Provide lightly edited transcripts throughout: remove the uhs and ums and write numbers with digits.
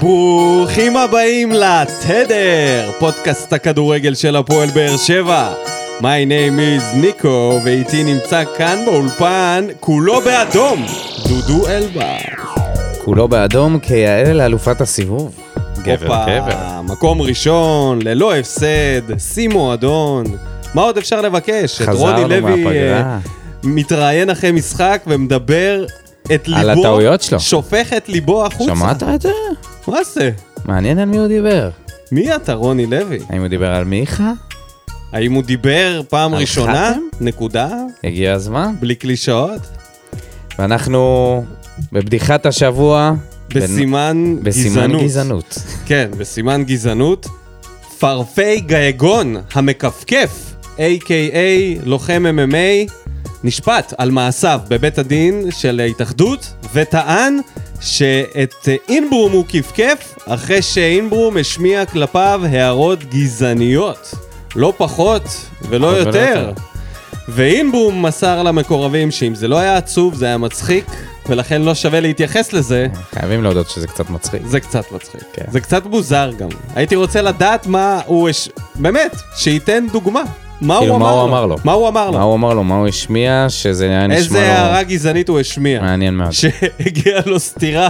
ברוכים הבאים לתדר, פודקאסט הכדורגל של הפועל באר שבע. My name is ניקו, ואיתי נמצא כאן באולפן, כולו באדום, דודו אלבה. כולו באדום כיעל אלופת הסיבוב. גבר. מקום ראשון, ללא הפסד, שימו אדון. מה עוד אפשר לבקש? את רוני לוי מתראיין אחרי משחק ומדבר את ליבו, על הטעויות שלו. שופך את ליבו החוצה. שמעת את זה? מה זה? מעניין על מי הוא דיבר. מי אתה, רוני לוי? האם הוא דיבר על מיכה? האם הוא דיבר פעם ראשונה? נקודה? הגיע הזמן. בלי קלישאות? ואנחנו בבדיחת השבוע. בסימן גזענות. כן, בסימן גזענות. פרפי גייגון המכפכף, a.k.a. לוחם MMA, נשפט על מעשיו בבית הדין של ההתאחדות, וטען שאת אינברום הוא כפכף אחרי שאינברום השמיע כלפיו הערות גזעניות. לא פחות ולא יותר. ואינברום מסר למקורבים שאם זה לא היה עצוב, זה היה מצחיק, ולכן לא שווה להתייחס לזה. חייבים להודות שזה קצת מצחיק. זה קצת מצחיק. כן. זה קצת מוזר גם. הייתי רוצה לדעת מה הוא... באמת, שייתן דוגמה. מה הוא אמר לו? מה הוא השמיע, שזה היה נשמע לו... איזה הערה גזענית הוא השמיע. מעניין מאוד. שהגיע לו סתירה.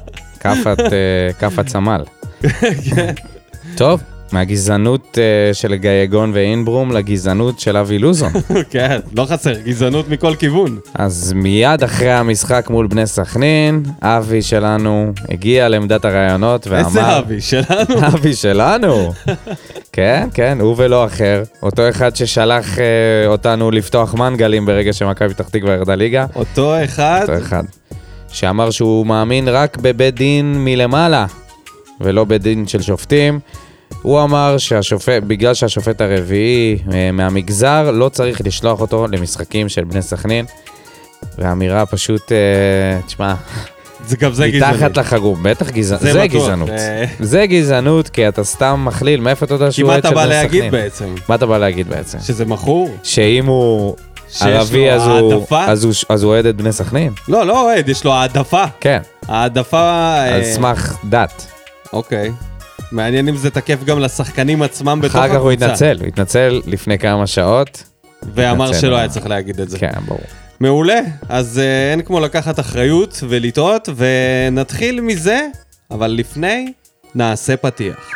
כפת צמל. טוב. מהגזענות של גייגון ואינברום לגזענות של אבי לוזון. כן, לא חסר, גזענות מכל כיוון. אז מיד אחרי המשחק מול בני סכנין, אבי שלנו הגיע לעמדת הרעיונות ואמר... איזה אבי שלנו? אבי שלנו. כן, כן, הוא ולא אחר. אותו אחד ששלח אותנו לפתוח מנגלים ברגע שמכבי פתח תקווה ירדה ליגה. אותו אחד. שאמר שהוא מאמין רק בבית דין מלמעלה, ולא בית דין של שופטים. הוא אמר בגלל שהשופט הרביעי מהמגזר, לא צריך לשלוח אותו למשחקים של בני סכנין, והאמירה פשוט, תשמע, זה גם זה גזענות. מתחת לחגור, בטח זה גזענות. זה גזענות, כי אתה סתם מכליל, מאיפה אתה יודע שהוא עד של בני סכנין? מה אתה בא להגיד בעצם? שזה מכור? שאם הוא ערבי אז הוא אוהד את בני סכנין? לא, לא אוהד, יש לו העדפה. כן. העדפה... על סמך דת. אוקיי. מעניין אם זה תקף גם לשחקנים עצמם בתוך הקבוצה. אחר כך הוא התנצל לפני כמה שעות. ואמר שלא היה צריך להגיד את זה. כן, ברור. מעולה, אז אין כמו לקחת אחריות ולטעות, ונתחיל מזה, אבל לפני נעשה פתיח.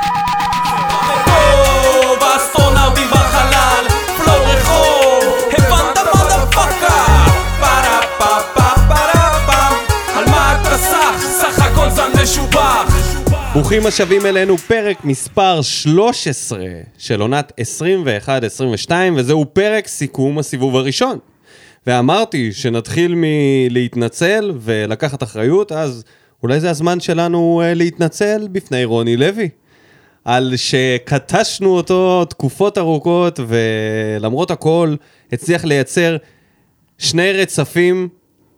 ברוכים השבים אלינו, פרק מספר 13 של עונת 21-22, וזהו פרק סיכום הסיבוב הראשון. ואמרתי שנתחיל מלהתנצל ולקחת אחריות, אז אולי זה הזמן שלנו להתנצל בפני רוני לוי. על שקטשנו אותו תקופות ארוכות, ולמרות הכל הצליח לייצר שני רצפים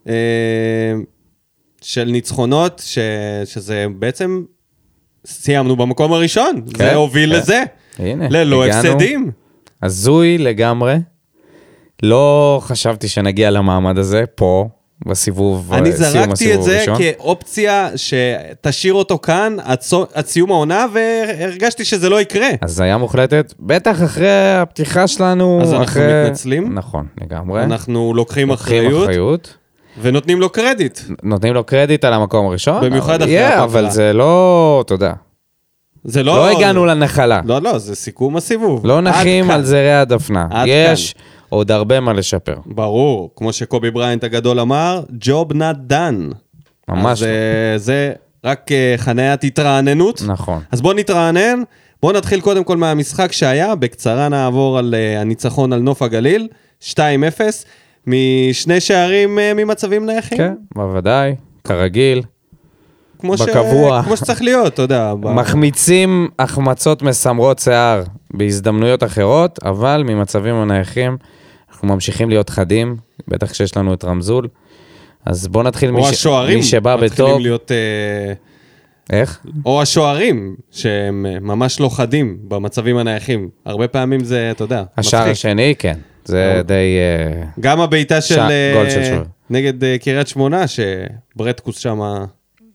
של ניצחונות, שזה בעצם... סיימנו במקום הראשון, כן, זה הוביל לזה, הנה, ללא הפסדים. הזוי לגמרי, לא חשבתי שנגיע למעמד הזה, פה, בסיבוב, אני זרקתי את זה כאופציה שתשאיר אותו כאן, עד סיום העונה, והרגשתי שזה לא יקרה. אז זה היה מוחלטת, בטח אחרי הפתיחה שלנו. אז אנחנו מתנצלים. נכון, לגמרי. אנחנו לוקחים אחריות. ונותנים לו קרדיט. נותנים לו קרדיט על המקום הראשון. במיוחד אחרי הפגרה. אבל זה לא, תודה. זה לא הגענו לנחלה. לא, זה סיכום הסיבוב. לא נחים על זרי הדפנה. יש עוד הרבה מה לשפר. ברור, כמו שקובי בריינט הגדול אמר, job not done. ממש. אז זה רק חניית התרעננות. נכון. אז בוא נתרענן. בוא נתחיל קודם כל מהמשחק שהיה. בקצרה נעבור על הניצחון על נוף הגליל. 2-0. משני שערים ממצבים נייחים. כן, בוודאי, כרגיל, בקבוע. כמו שצריך להיות, אתה יודע. מחמיצים החמצות מסמרות שיער בהזדמנויות אחרות, אבל ממצבים הנייחים אנחנו ממשיכים להיות חדים, בטח כשיש לנו את רמזול. אז בוא נתחיל מי שבא בטוב. מתחילים להיות... איך? או השוערים, שהם ממש לא חדים במצבים הנייחים. הרבה פעמים זה, אתה יודע, השער השני, כן. זה די... גם הביתה של... נגד קריית שמונה, שברטקוס שם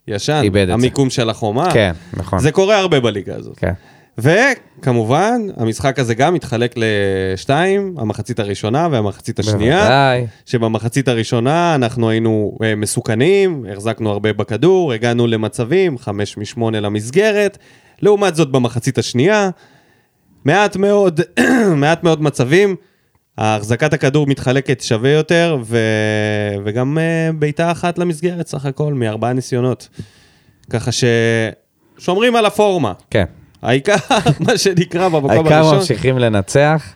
ישן, איבד את זה. המיקום של החומה. כן, נכון. זה קורה הרבה בליגה הזאת. כן. וכמובן, המשחק הזה גם מתחלק לשתיים, המחצית הראשונה והמחצית השנייה. בוודאי. שבמחצית הראשונה אנחנו היינו מסוכנים, החזקנו הרבה בכדור, הגענו למצבים, 5-8 למסגרת. לעומת זאת במחצית השנייה, מעט מאוד מצבים, החזקת הכדור מתחלקת שווה יותר, וגם ביתה אחת למסגרת סך הכל, מ4 ניסיונות. ככה ששומרים על הפורמה. כן. העיקר, מה שנקרא במקום הראשון. העיקר ממשיכים לנצח.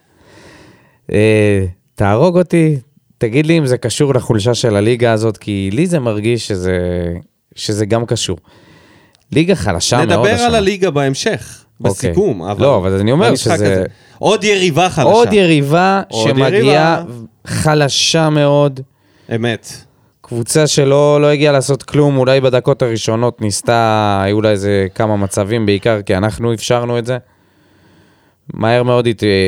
תהרוג אותי, תגיד לי אם זה קשור לחולשה של הליגה הזאת, כי לי זה מרגיש שזה גם קשור. ליגה חלשה מאוד. נדבר על הליגה בהמשך, בסיכום. לא, אבל אני אומר שזה... עוד יריבה חלשה. עוד יריבה שמגיעה חלשה מאוד. אמת. קבוצה שלא הגיעה לעשות כלום, אולי בדקות הראשונות ניסתה, היו לה איזה כמה מצבים, בעיקר כי אנחנו אפשרנו את זה. מהר מאוד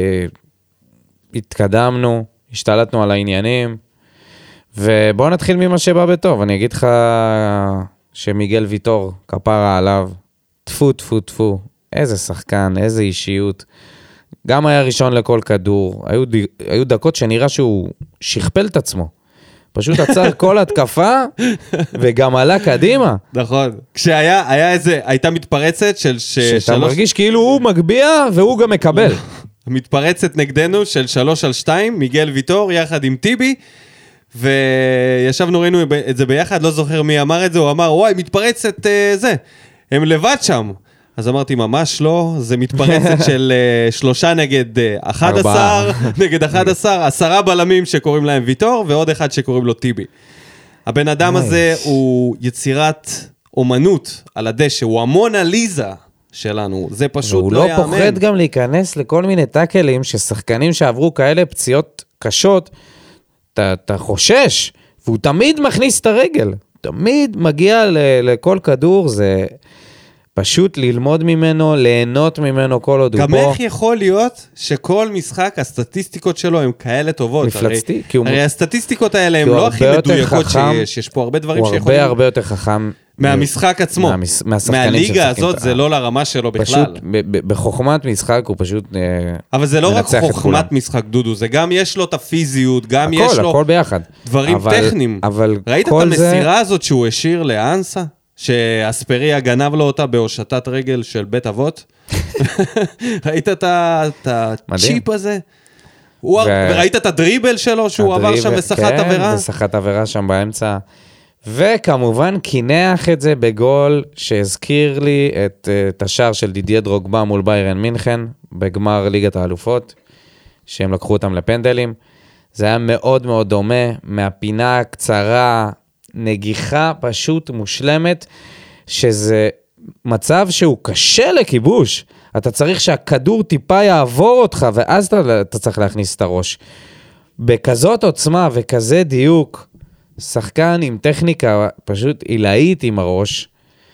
התקדמנו, השתלטנו על העניינים, ובואו נתחיל ממה שבא בטוב. אני אגיד לך שמיגל ויטור, כפרה עליו, טפו, טפו, טפו, איזה שחקן, איזה אישיות. גם היה ראשון לכל כדור, היו דקות שנראה שהוא שכפל את עצמו. פשוט עצר כל התקפה, וגם עלה קדימה. נכון. הייתה מתפרצת של שאתה מרגיש כאילו הוא מגביע, והוא גם מקבל. מתפרצת נגדנו של 3-2, מיגל ויטור, יחד עם טיבי, וישבנו, ראינו את זה ביחד, לא זוכר מי אמר את זה, הוא אמר, וואי, מתפרצת זה, הם לבד שם. אז אמרתי, ממש לא, זה מתפרצת של 3 נגד 11, נגד 11, 10 בלמים שקוראים להם ויטור, ועוד אחד שקוראים לו טיבי. הבן אדם הזה הוא יצירת אומנות על הדשא, הוא המונליזה שלנו, זה פשוט לא יאמן. הוא לא פוחד גם להיכנס לכל מיני טאקלים, ששחקנים שעברו כאלה פציעות קשות, אתה חושש, והוא תמיד מכניס את הרגל, תמיד מגיע לכל כדור, זה... פשוט ללמוד ממנו, ליהנות ממנו כל עוד הוא פה. גם איך יכול להיות שכל משחק, הסטטיסטיקות שלו הן כאלה טובות? מפלצתי. הרי הסטטיסטיקות האלה הן לא הכי מדויקות שיש, יש פה הרבה דברים שיכולים... הוא הרבה יותר חכם. מהמשחק עצמו. מהליגה הזאת זה לא לרמה שלו בכלל. פשוט, בחוכמת משחק הוא פשוט מנצח את כולם. אבל זה לא רק חוכמת משחק, דודו, זה גם יש לו את הפיזיות, גם יש לו... הכל ביחד. דברים טכניים. ראית את המסירה הזאת שהוא השאיר לאנסה? שאספריה גנב לו אותה בהושטת רגל של בית אבות. ראית את הצ'יפ הזה? וראית את הדריבל שלו שהוא עבר שם ושחת עבירה? כן, ושחת עבירה שם באמצע. וכמובן קינח את זה בגול שהזכיר לי את השער של דידיה דרוגבה מול ביירן מינכן, בגמר ליגת האלופות, שהם לקחו אותם לפנדלים. זה היה מאוד מאוד דומה, מהפינה הקצרה, נגיחה פשוט מושלמת, שזה מצב שהוא קשה לכיבוש. אתה צריך שהכדור טיפה יעבור אותך, ואז אתה צריך להכניס את הראש. בכזאת עוצמה וכזה דיוק, שחקן עם טכניקה פשוט עילאית עם הראש,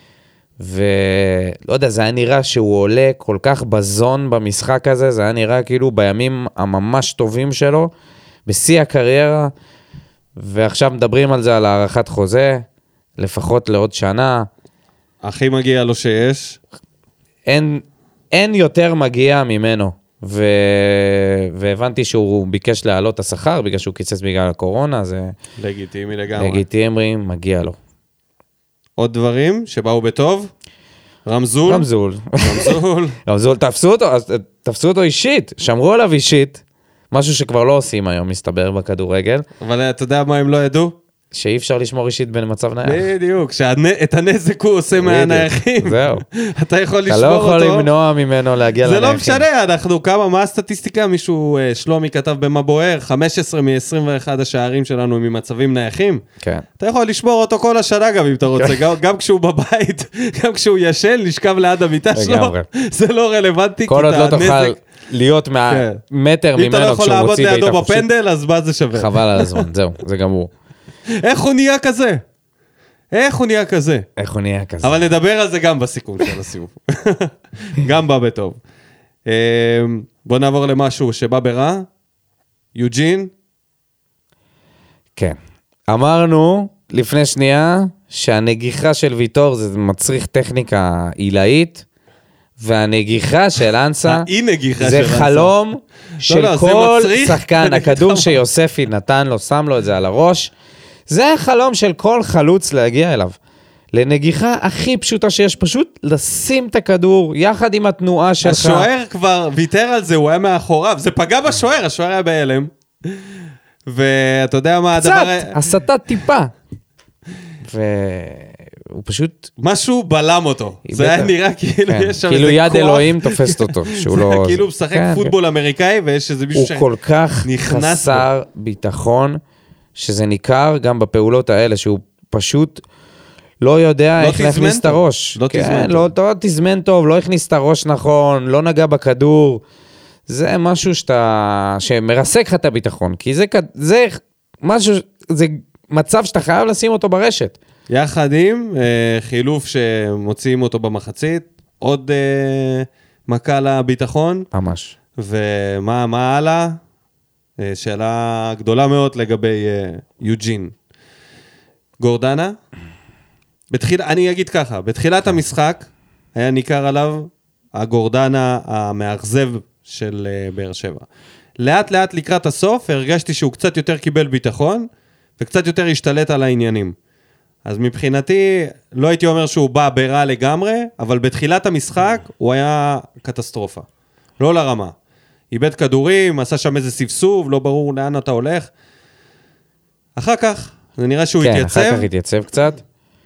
ולא יודע, זה היה נראה שהוא עולה כל כך בזון במשחק הזה, זה היה נראה כאילו בימים הממש טובים שלו, בשיא הקריירה, ועכשיו מדברים על זה, על הערכת חוזה, לפחות לעוד שנה. הכי מגיע לו שיש. אין יותר מגיע ממנו, והבנתי שהוא ביקש להעלות את השכר, בגלל שהוא קיצץ בגלל הקורונה, זה... לגיטימי לגמרי. לגיטימי, מגיע לו. עוד דברים שבאו בטוב? רמזול? רמזול, תפסו אותו אישית, שמרו עליו אישית, משהו שכבר לא עושים היום, מסתבר בכדורגל. אבל אתה יודע מה הם לא ידעו? שאי אפשר לשמור אישית במצב נייח. בדיוק, שאת הנזק הוא עושה מהנייחים. זהו. אתה יכול לשמור אתה אותו. לא יכול למנוע ממנו להגיע לנייחים. זה לא משנה, אנחנו מה הסטטיסטיקה? מישהו, שלומי כתב במה בוער, 15 מ-21 השערים שלנו ממצבים נייחים. כן. אתה יכול לשמור אותו כל השנה גם אם אתה רוצה, גם כשהוא בבית, גם כשהוא ישן, לשכב ליד המיטה שלו. זה לא רלוונטי. כל עוד לא תוכל להיות מטר ממנו כשהוא מוציא בעיטה חופשית. אם אתה לא יכול לעבוד לידו בפנדל, אז מה זה שווה? חבל על הזמן, זהו, זה גמור. איך הוא נהיה כזה? איך הוא נהיה כזה? אבל נדבר על זה גם בסיכום של הסיבוב. גם בא בטוב. בוא נעבור למשהו שבא ברע. יוג'ין? כן. אמרנו לפני שנייה שהנגיחה של ויטור זה מצריך טכניקה עילאית, והנגיחה של אנסה זה חלום של כל שחקן, הכדור שיוספי נתן לו, שם לו את זה על הראש, זה החלום של כל חלוץ להגיע אליו. לנגיחה הכי פשוטה שיש, פשוט לשים את הכדור יחד עם התנועה שלך. השוער כבר ויתר על זה, הוא היה מאחוריו, זה פגע בשוער, השוער היה בהלם. ואתה יודע מה הדבר... קצת, הסתה טיפה. והוא פשוט... משהו בלם אותו. זה היה נראה כאילו יש שם כאילו יד אלוהים תופסת אותו. זה כאילו הוא משחק פוטבול אמריקאי, ויש איזה מישהו הוא כל כך חסר ביטחון, שזה ניכר גם בפעולות האלה, שהוא פשוט לא יודע איך להכניס את הראש. לא תזמן טוב, לא הכניס את הראש נכון, לא נגע בכדור. זה משהו שמרסק לך את הביטחון, כי זה משהו, זה מצב שאתה חייב לשים אותו ברשת. יחד עם חילוף שמוציאים אותו במחצית, עוד מכה לביטחון. ממש. ומה הלאה? שאלה גדולה מאוד לגבי יוג'ין. גורדנה? אני אגיד ככה, בתחילת המשחק היה ניכר עליו הגורדנה המאכזב של באר שבע. לאט לאט לקראת הסוף הרגשתי שהוא קצת יותר קיבל ביטחון, וקצת יותר השתלט על העניינים. אז מבחינתי, לא הייתי אומר שהוא בא ברע לגמרי, אבל בתחילת המשחק הוא היה קטסטרופה. לא לרמה. איבד כדורים, עשה שם איזה ספסוב, לא ברור לאן אתה הולך. אחר כך, זה נראה שהוא התייצב. כן, אחר כך התייצב קצת.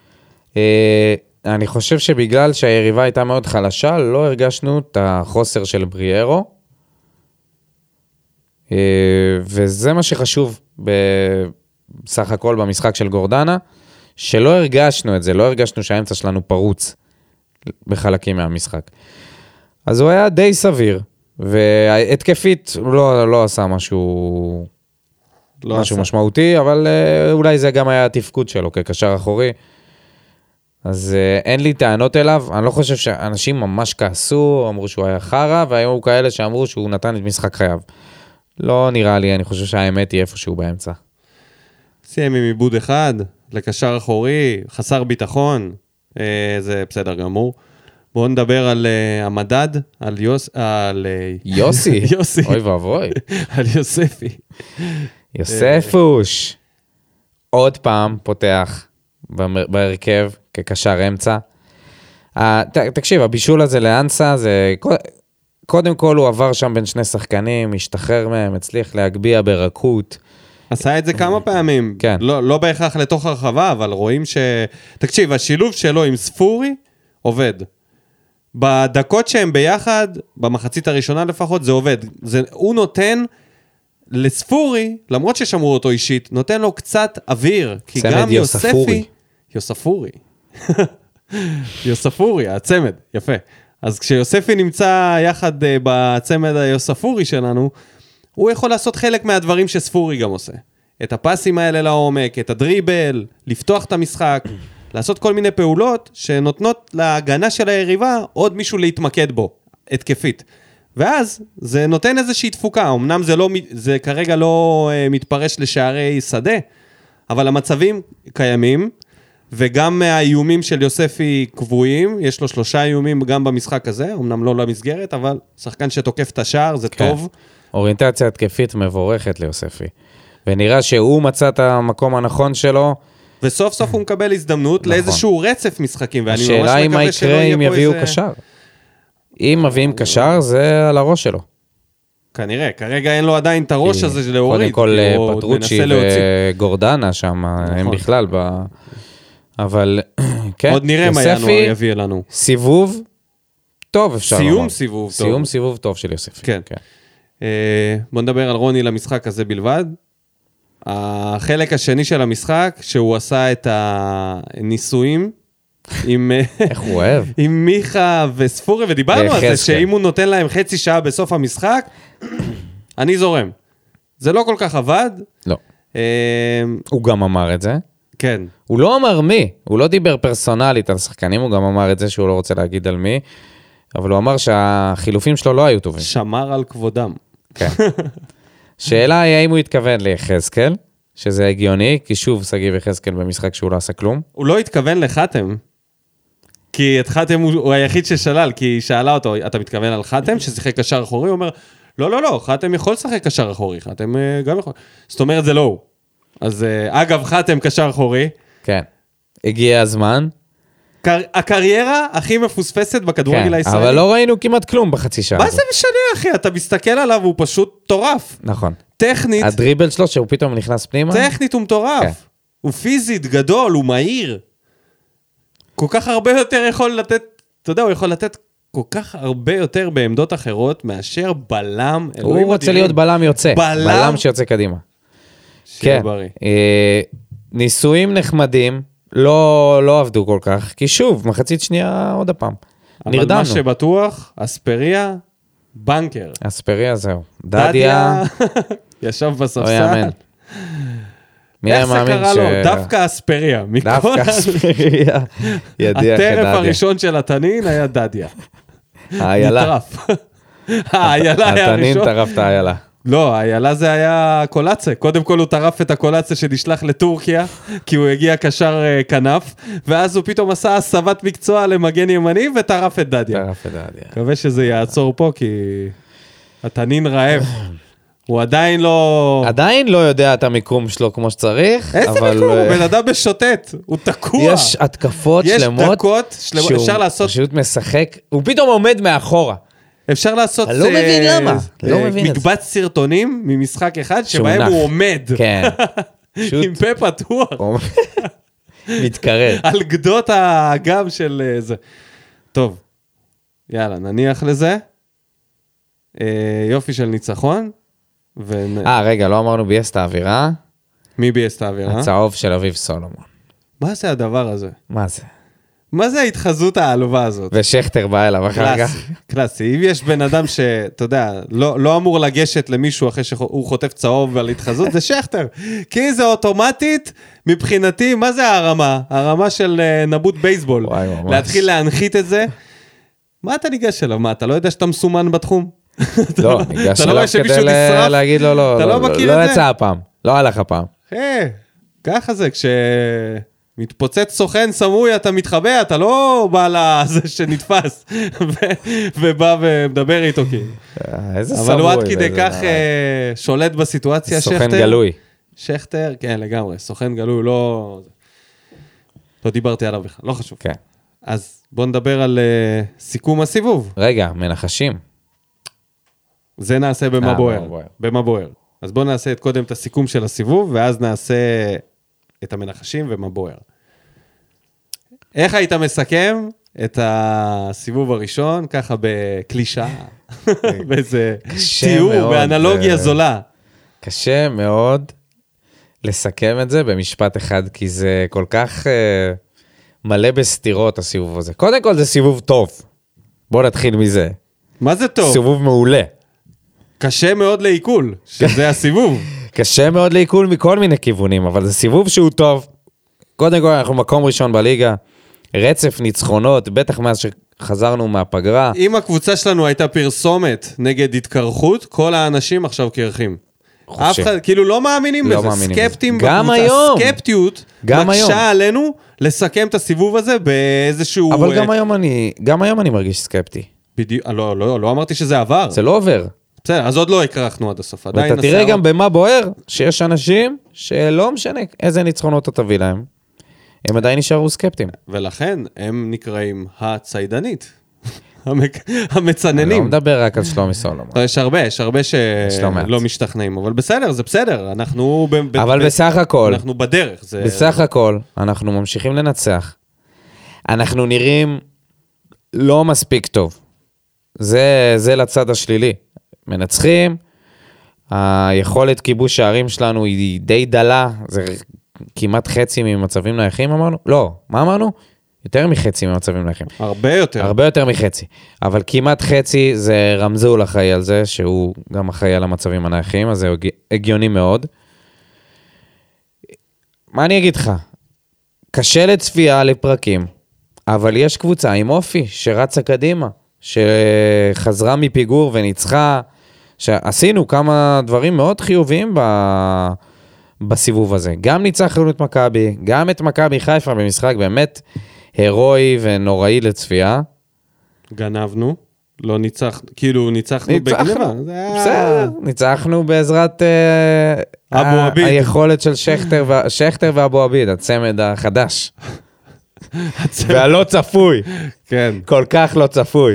אני חושב שבגלל שהיריבה הייתה מאוד חלשה, לא הרגשנו את החוסר של בריארו, וזה מה שחשוב בסך הכל במשחק של גורדנה, שלא הרגשנו את זה, לא הרגשנו שהאמצע שלנו פרוץ בחלקים מהמשחק. אז הוא היה די סביר, והתקפית הוא לא עשה משהו משמעותי, אבל אולי זה גם היה התפקוד שלו כקשר אחורי. אז אין לי טענות אליו, אני לא חושב שאנשים ממש כעסו, אמרו שהוא היה חרה, והיו כאלה שאמרו שהוא נתן את משחק חייו. לא נראה לי, אני חושב שהאמת היא איפשהו באמצע. סיים עם עיבוד אחד, לקשר אחורי, חסר ביטחון, זה בסדר גמור. בואו נדבר על המדד, על יוסי. אוי ואבוי. על יוספי. יוספוש. עוד פעם פותח בהרכב כקשר אמצע. תקשיב, הבישול הזה לאנסה, זה קודם כל הוא עבר שם בין שני שחקנים, השתחרר מהם, הצליח להגביע ברכות. עשה את זה כמה פעמים, כן. לא בהכרח לתוך הרחבה, אבל רואים תקשיב, השילוב שלו עם ספורי עובד. בדקות שהם ביחד, במחצית הראשונה לפחות, זה עובד. הוא נותן לספורי, למרות ששמרו אותו אישית, נותן לו קצת אוויר, כי גם יוספורי, הצמד, יפה. אז כשיוספי נמצא יחד בצמד היוספורי שלנו, הוא יכול לעשות חלק מהדברים שספורי גם עושה. את הפסים האלה לעומק, את הדריבל, לפתוח את המשחק, לעשות כל מיני פעולות שנותנות להגנה של היריבה עוד מישהו להתמקד בו, התקפית. ואז זה נותן איזושהי תפוקה, אמנם זה כרגע לא מתפרש לשערי שדה, אבל המצבים קיימים, וגם האיומים של יוספי קבועים, יש לו 3 איומים גם במשחק הזה, אמנם לא למסגרת, אבל שחקן שתוקף את השער, זה כן. טוב. אוריינטציה התקפית מבורכת ליוספי, ונראה שהוא מצא את המקום הנכון שלו, וסוף סוף הוא מקבל הזדמנות נכון. לאיזשהו רצף משחקים, ואני השאלה היא מה יקרה אם יביאו קשר. אם מביאים קשר, זה על הראש שלו. כנראה, כרגע אין לו עדיין את הראש הזה להוריד. קודם כל פטרוצ'י וגורדנה שם, הם בכלל אבל כן, עוד נראה מה ינואר יביא לנו. סיבוב טוב, אפשר לומר. סיום סיבוב טוב של יוספי. כן. בוא נדבר על רוני למשחק הזה בלבד. החלק השני של המשחק, שהוא עשה את הניסויים, איך הוא אוהב. עם מיכה וספורי, ודיברנו על זה, שאם הוא נותן להם חצי שעה בסוף המשחק, אני זורם. זה לא כל כך עבד. לא. הוא גם אמר את זה. כן. הוא לא אמר מי, הוא לא דיבר פרסונלית על שחקנים, הוא גם אמר את זה שהוא לא רוצה להגיד על מי, אבל הוא אמר שהחילופים שלו לא היו טובים. שמר על כבודם. כן. שאלה היא האם הוא התכוון ליחזקאל, שזה הגיוני, כי שוב סגיב יחזקאל במשחק שהוא לא עשה כלום. הוא לא התכוון לחתם, כי את חתם הוא היחיד ששלל, כי היא שאלה אותו, אתה מתכוון על חתם, ששיחק קשר אחורי? הוא אומר, לא, חתם יכול לשחק קשר אחורי, חתם גם יכול. זאת אומרת, זה לא הוא. אז אגב, חתם קשר אחורי. כן, הגיע הזמן. הקריירה הכי מפוספסת בכדורגל הישראלי. אבל לא ראינו כמעט כלום בחצי שעה. מה זה משנה, אחי? אתה מסתכל עליו, הוא פשוט טורף. נכון. טכנית. הדריבל שלו, שהוא פתאום נכנס פנימה. טכנית הוא מטורף. הוא פיזית, גדול, הוא מהיר. כל כך הרבה יותר יכול לתת, אתה יודע, הוא יכול לתת כל כך הרבה יותר בעמדות אחרות, מאשר בלם. הוא רוצה להיות בלם יוצא. בלם שיוצא קדימה. כן. ניסויים נחמדים. לא עבדו כל כך, כי שוב, מחצית שנייה עוד הפעם. נרדמנו. אבל מה שבטוח, אספריה, בנקר. אספריה זהו. דדיה ישב בספסל. לא יאמן. מי היה מאמין איך זה קרה לו? דווקא אספריה. דווקא אספריה. הטרף הראשון של התנין היה דדיה. האיילה. נטרף. האיילה היה הראשון. התנין טרף את האיילה. לא, האיילה זה היה קולצה. קודם כל הוא טרף את הקולצה שנשלח לטורקיה, כי הוא הגיע קשר כנף, ואז הוא פתאום עשה הסבת מקצוע למגן ימני, וטרף את דדיה. טרף את דדיה. מקווה שזה יעצור פה, כי התנין רעב. הוא עדיין לא יודע את המיקום שלו כמו שצריך. איזה מיקום? הוא בן אדם בשוטט, הוא תקוע. יש התקפות שלמות. יש דקות שלמות, אפשר לעשות... שהוא פשוט משחק, הוא פתאום עומד מאחורה. אפשר לעשות... אני לא מבין למה. מקבץ סרטונים ממשחק אחד, שבהם הוא עומד. כן. עם פה פתוח. מתקרב. על גדות האגם של זה. טוב, יאללה, נניח לזה. יופי של ניצחון. רגע, לא אמרנו בייס את האווירה. מי בייס את האווירה? הצהוב של אביב סולומון. מה זה הדבר הזה? מה זה? מה זה ההתחזות העלובה הזאת? ושכתר בא אליו אחר כך. קלאסי. אם יש בן אדם שאתה יודע, לא אמור לגשת למישהו אחרי שהוא חוטף צהוב על התחזות, זה שכתר. כי זה אוטומטית, מבחינתי, מה זה הרמה? הרמה של נבוט בייסבול. להתחיל להנחית את זה. מה אתה ניגש אליו? מה, אתה לא יודע שאתה מסומן בתחום? לא, ניגש אליו כדי להגיד לו, לא יצא הפעם. לא הלך הפעם. ככה זה, מתפוצץ סוכן סמוי, אתה מתחבא, אתה לא בא לזה שנתפס, ובא ומדבר איתו כי. איזה סמוי. אבל הוא עד כדי כך שולט בסיטואציה, שכתר. סוכן גלוי. שכתר, כן, לגמרי, סוכן גלוי, לא דיברתי עליו בכלל, לא חשוב. כן. אז בוא נדבר על סיכום הסיבוב. רגע, מנחשים. זה נעשה במה בוער. אז בוא נעשה קודם את הסיכום של הסיבוב, ואז נעשה את המנחשים ומה בוער. איך היית מסכם את הסיבוב הראשון, ככה בקלישה, באיזה תיאור, באנלוגיה זולה? קשה מאוד לסכם את זה במשפט אחד, כי זה כל כך מלא בסתירות הסיבוב הזה. קודם כל זה סיבוב טוב. בוא נתחיל מזה. מה זה טוב? סיבוב מעולה. קשה מאוד לעיכול, שזה הסיבוב. קשה מאוד לעיכול מכל מיני כיוונים, אבל זה סיבוב שהוא טוב. קודם כל, אנחנו מקום ראשון בליגה, רצף ניצחונות, בטח מאז שחזרנו מהפגרה. אם הקבוצה שלנו הייתה פרסומת נגד התקרחות, כל האנשים עכשיו קרחים. אף אחד, כאילו לא מאמינים בזה, סקפטים בקבוצה, סקפטיות, מקשה עלינו לסכם את הסיבוב הזה באיזשהו... אבל גם היום אני מרגיש סקפטי. בדיוק, לא אמרתי שזה עבר. זה לא עובר. בסדר, אז עוד לא הקרחנו עד הסוף. ואתה תראה גם במה בוער, שיש אנשים שלא משנה איזה ניצחונות אתה תביא להם, הם עדיין נשארו סקפטים. ולכן הם נקראים הציידנית, המצננים. אני לא מדבר רק על שלומי סולומון. יש הרבה שלא משתכנעים, אבל בסדר, זה בסדר, אנחנו... אבל בסך הכל, אנחנו בדרך. בסך הכל, אנחנו ממשיכים לנצח. אנחנו נראים לא מספיק טוב. זה לצד השלילי. מנצחים, היכולת כיבוש שערים שלנו היא די דלה, זה כמעט חצי ממצבים נייחים אמרנו? לא, מה אמרנו? יותר מחצי ממצבים נייחים. הרבה יותר. הרבה יותר מחצי, אבל כמעט חצי זה רמזול אחראי על זה, שהוא גם אחראי על המצבים הנייחים, אז זה הגיוני מאוד. מה אני אגיד לך? קשה לצפייה לפרקים, אבל יש קבוצה עם אופי שרצה קדימה, שחזרה מפיגור וניצחה, שעשינו כמה דברים מאוד חיוביים בסיבוב הזה. גם ניצחנו את מכבי, גם את מכבי חיפה במשחק באמת הירואי ונוראי לצפייה. גנבנו, לא ניצחנו, כאילו ניצחנו בגנבה. בסדר, ניצחנו בעזרת אבו עביד. היכולת של שכטר ואבו עביד, הצמד החדש. והלא צפוי. כן. כל כך לא צפוי.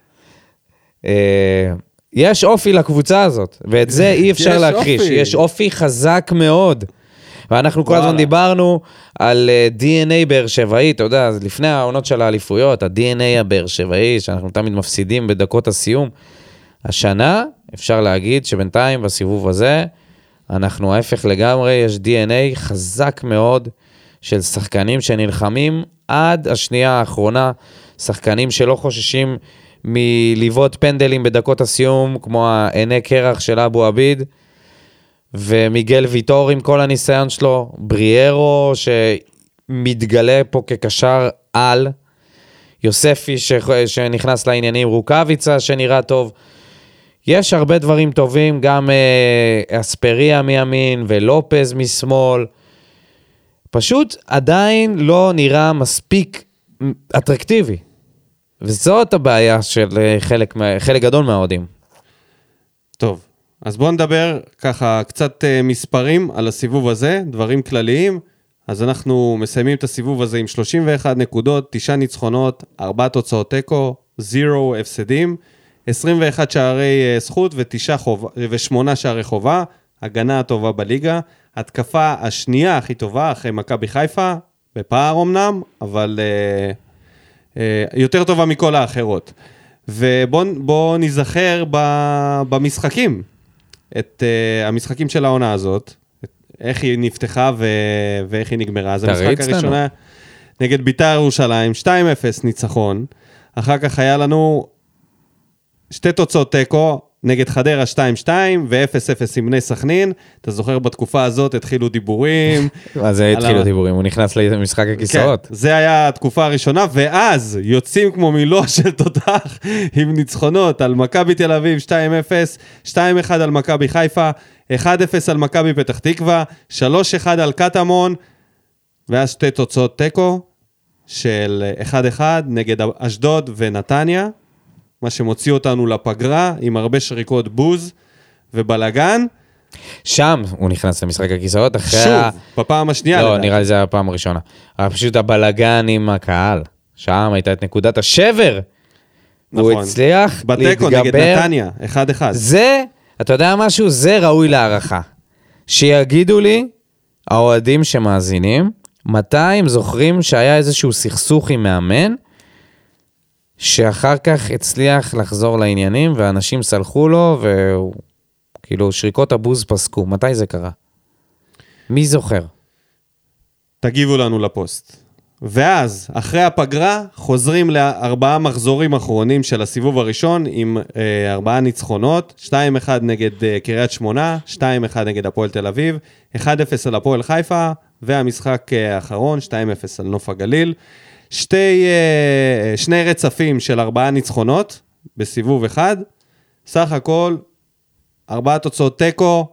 יש אופי לקבוצה הזאת, ואת זה אי אפשר להכחיש. יש אופי חזק מאוד. ואנחנו כל הזמן דיברנו על DNA באר שבעי, אתה יודע, לפני העונות של האליפויות, ה-DNA הבאר שבעי, שאנחנו תמיד מפסידים בדקות הסיום. השנה, אפשר להגיד שבינתיים בסיבוב הזה, אנחנו ההפך לגמרי, יש DNA חזק מאוד של שחקנים שנלחמים עד השנייה האחרונה, שחקנים שלא חוששים מלבעוט פנדלים בדקות הסיום, כמו העיני קרח של אבו עביד, ומיגל ויטור עם כל הניסיון שלו, בריארו שמתגלה פה כקשר על, יוספי שנכנס לעניינים, רוקביצה שנראה טוב, יש הרבה דברים טובים, גם אספריה מימין ולופז משמאל, פשוט עדיין לא נראה מספיק אטרקטיבי, וזאת הבעיה של חלק גדול מהאוהדים. טוב. אז בואו נדבר ככה קצת מספרים על הסיבוב הזה, דברים כלליים. אז אנחנו מסיימים את הסיבוב הזה עם 31 נקודות, 9 ניצחונות, 4 תוצאות תיקו, 0 הפסדים, 21 שערי זכות ו8 שערי חובה, הגנה הטובה בליגה, התקפה השנייה הכי טובה אחרי מכבי חיפה, בפער אמנם, אבל יותר טובה מכל האחרות. ובואו נזכר במשחקים. את המשחקים של העונה הזאת, איך היא נפתחה ואיך היא נגמרה. אז המשחק הראשונה נגד בית"ר ירושלים, 2-0 ניצחון, אחר כך היה לנו 2 תוצאות תיקו, נגד חדרה 2-2 ו-0-0 עם בני סכנין, אתה זוכר בתקופה הזאת התחילו דיבורים. אז התחילו דיבורים, הוא נכנס למשחק הכיסאות. כן, זה היה התקופה הראשונה, ואז יוצאים כמו מילו של תותח עם ניצחונות על מכבי תל אביב 2-0, 2-1 על מכבי חיפה, 1-0 על מכבי פתח תקווה, 3-1 על קטמון, ואז 2 תוצאות תיקו של 1-1 נגד אשדוד ונתניה, מה שמוציא אותנו לפגרה, עם הרבה שריקות בוז ובלגן. שם הוא נכנס למשחק הכיסאות, אחרי שוב, בפעם השנייה. לא, נראה לי זה היה הפעם הראשונה. אבל פשוט הבלגן עם הקהל. שם הייתה את נקודת השבר. נכון. הוא הצליח בטקו נגד נתניה, 1-1. זה, אתה יודע משהו? זה ראוי להערכה. שיגידו לי, האוהדים שמאזינים, מתי הם זוכרים שהיה איזשהו סכסוך עם מאמן, שאחר כך הצליח לחזור לעניינים, ואנשים סלחו לו, וכאילו שריקות הבוז פסקו. מתי זה קרה? מי זוכר? תגיבו לנו לפוסט. ואז, אחרי הפגרה, חוזרים ל4 מחזורים אחרונים של הסיבוב הראשון, עם 4 ניצחונות, 2-1 נגד קריית שמונה, 2-1 נגד הפועל תל אביב, 1-0 על הפועל חיפה, והמשחק האחרון, 2-0 על נוף הגליל, שני רצפים של 4 ניצחונות בסיבוב אחד, סך הכל 4 תוצאות תיקו,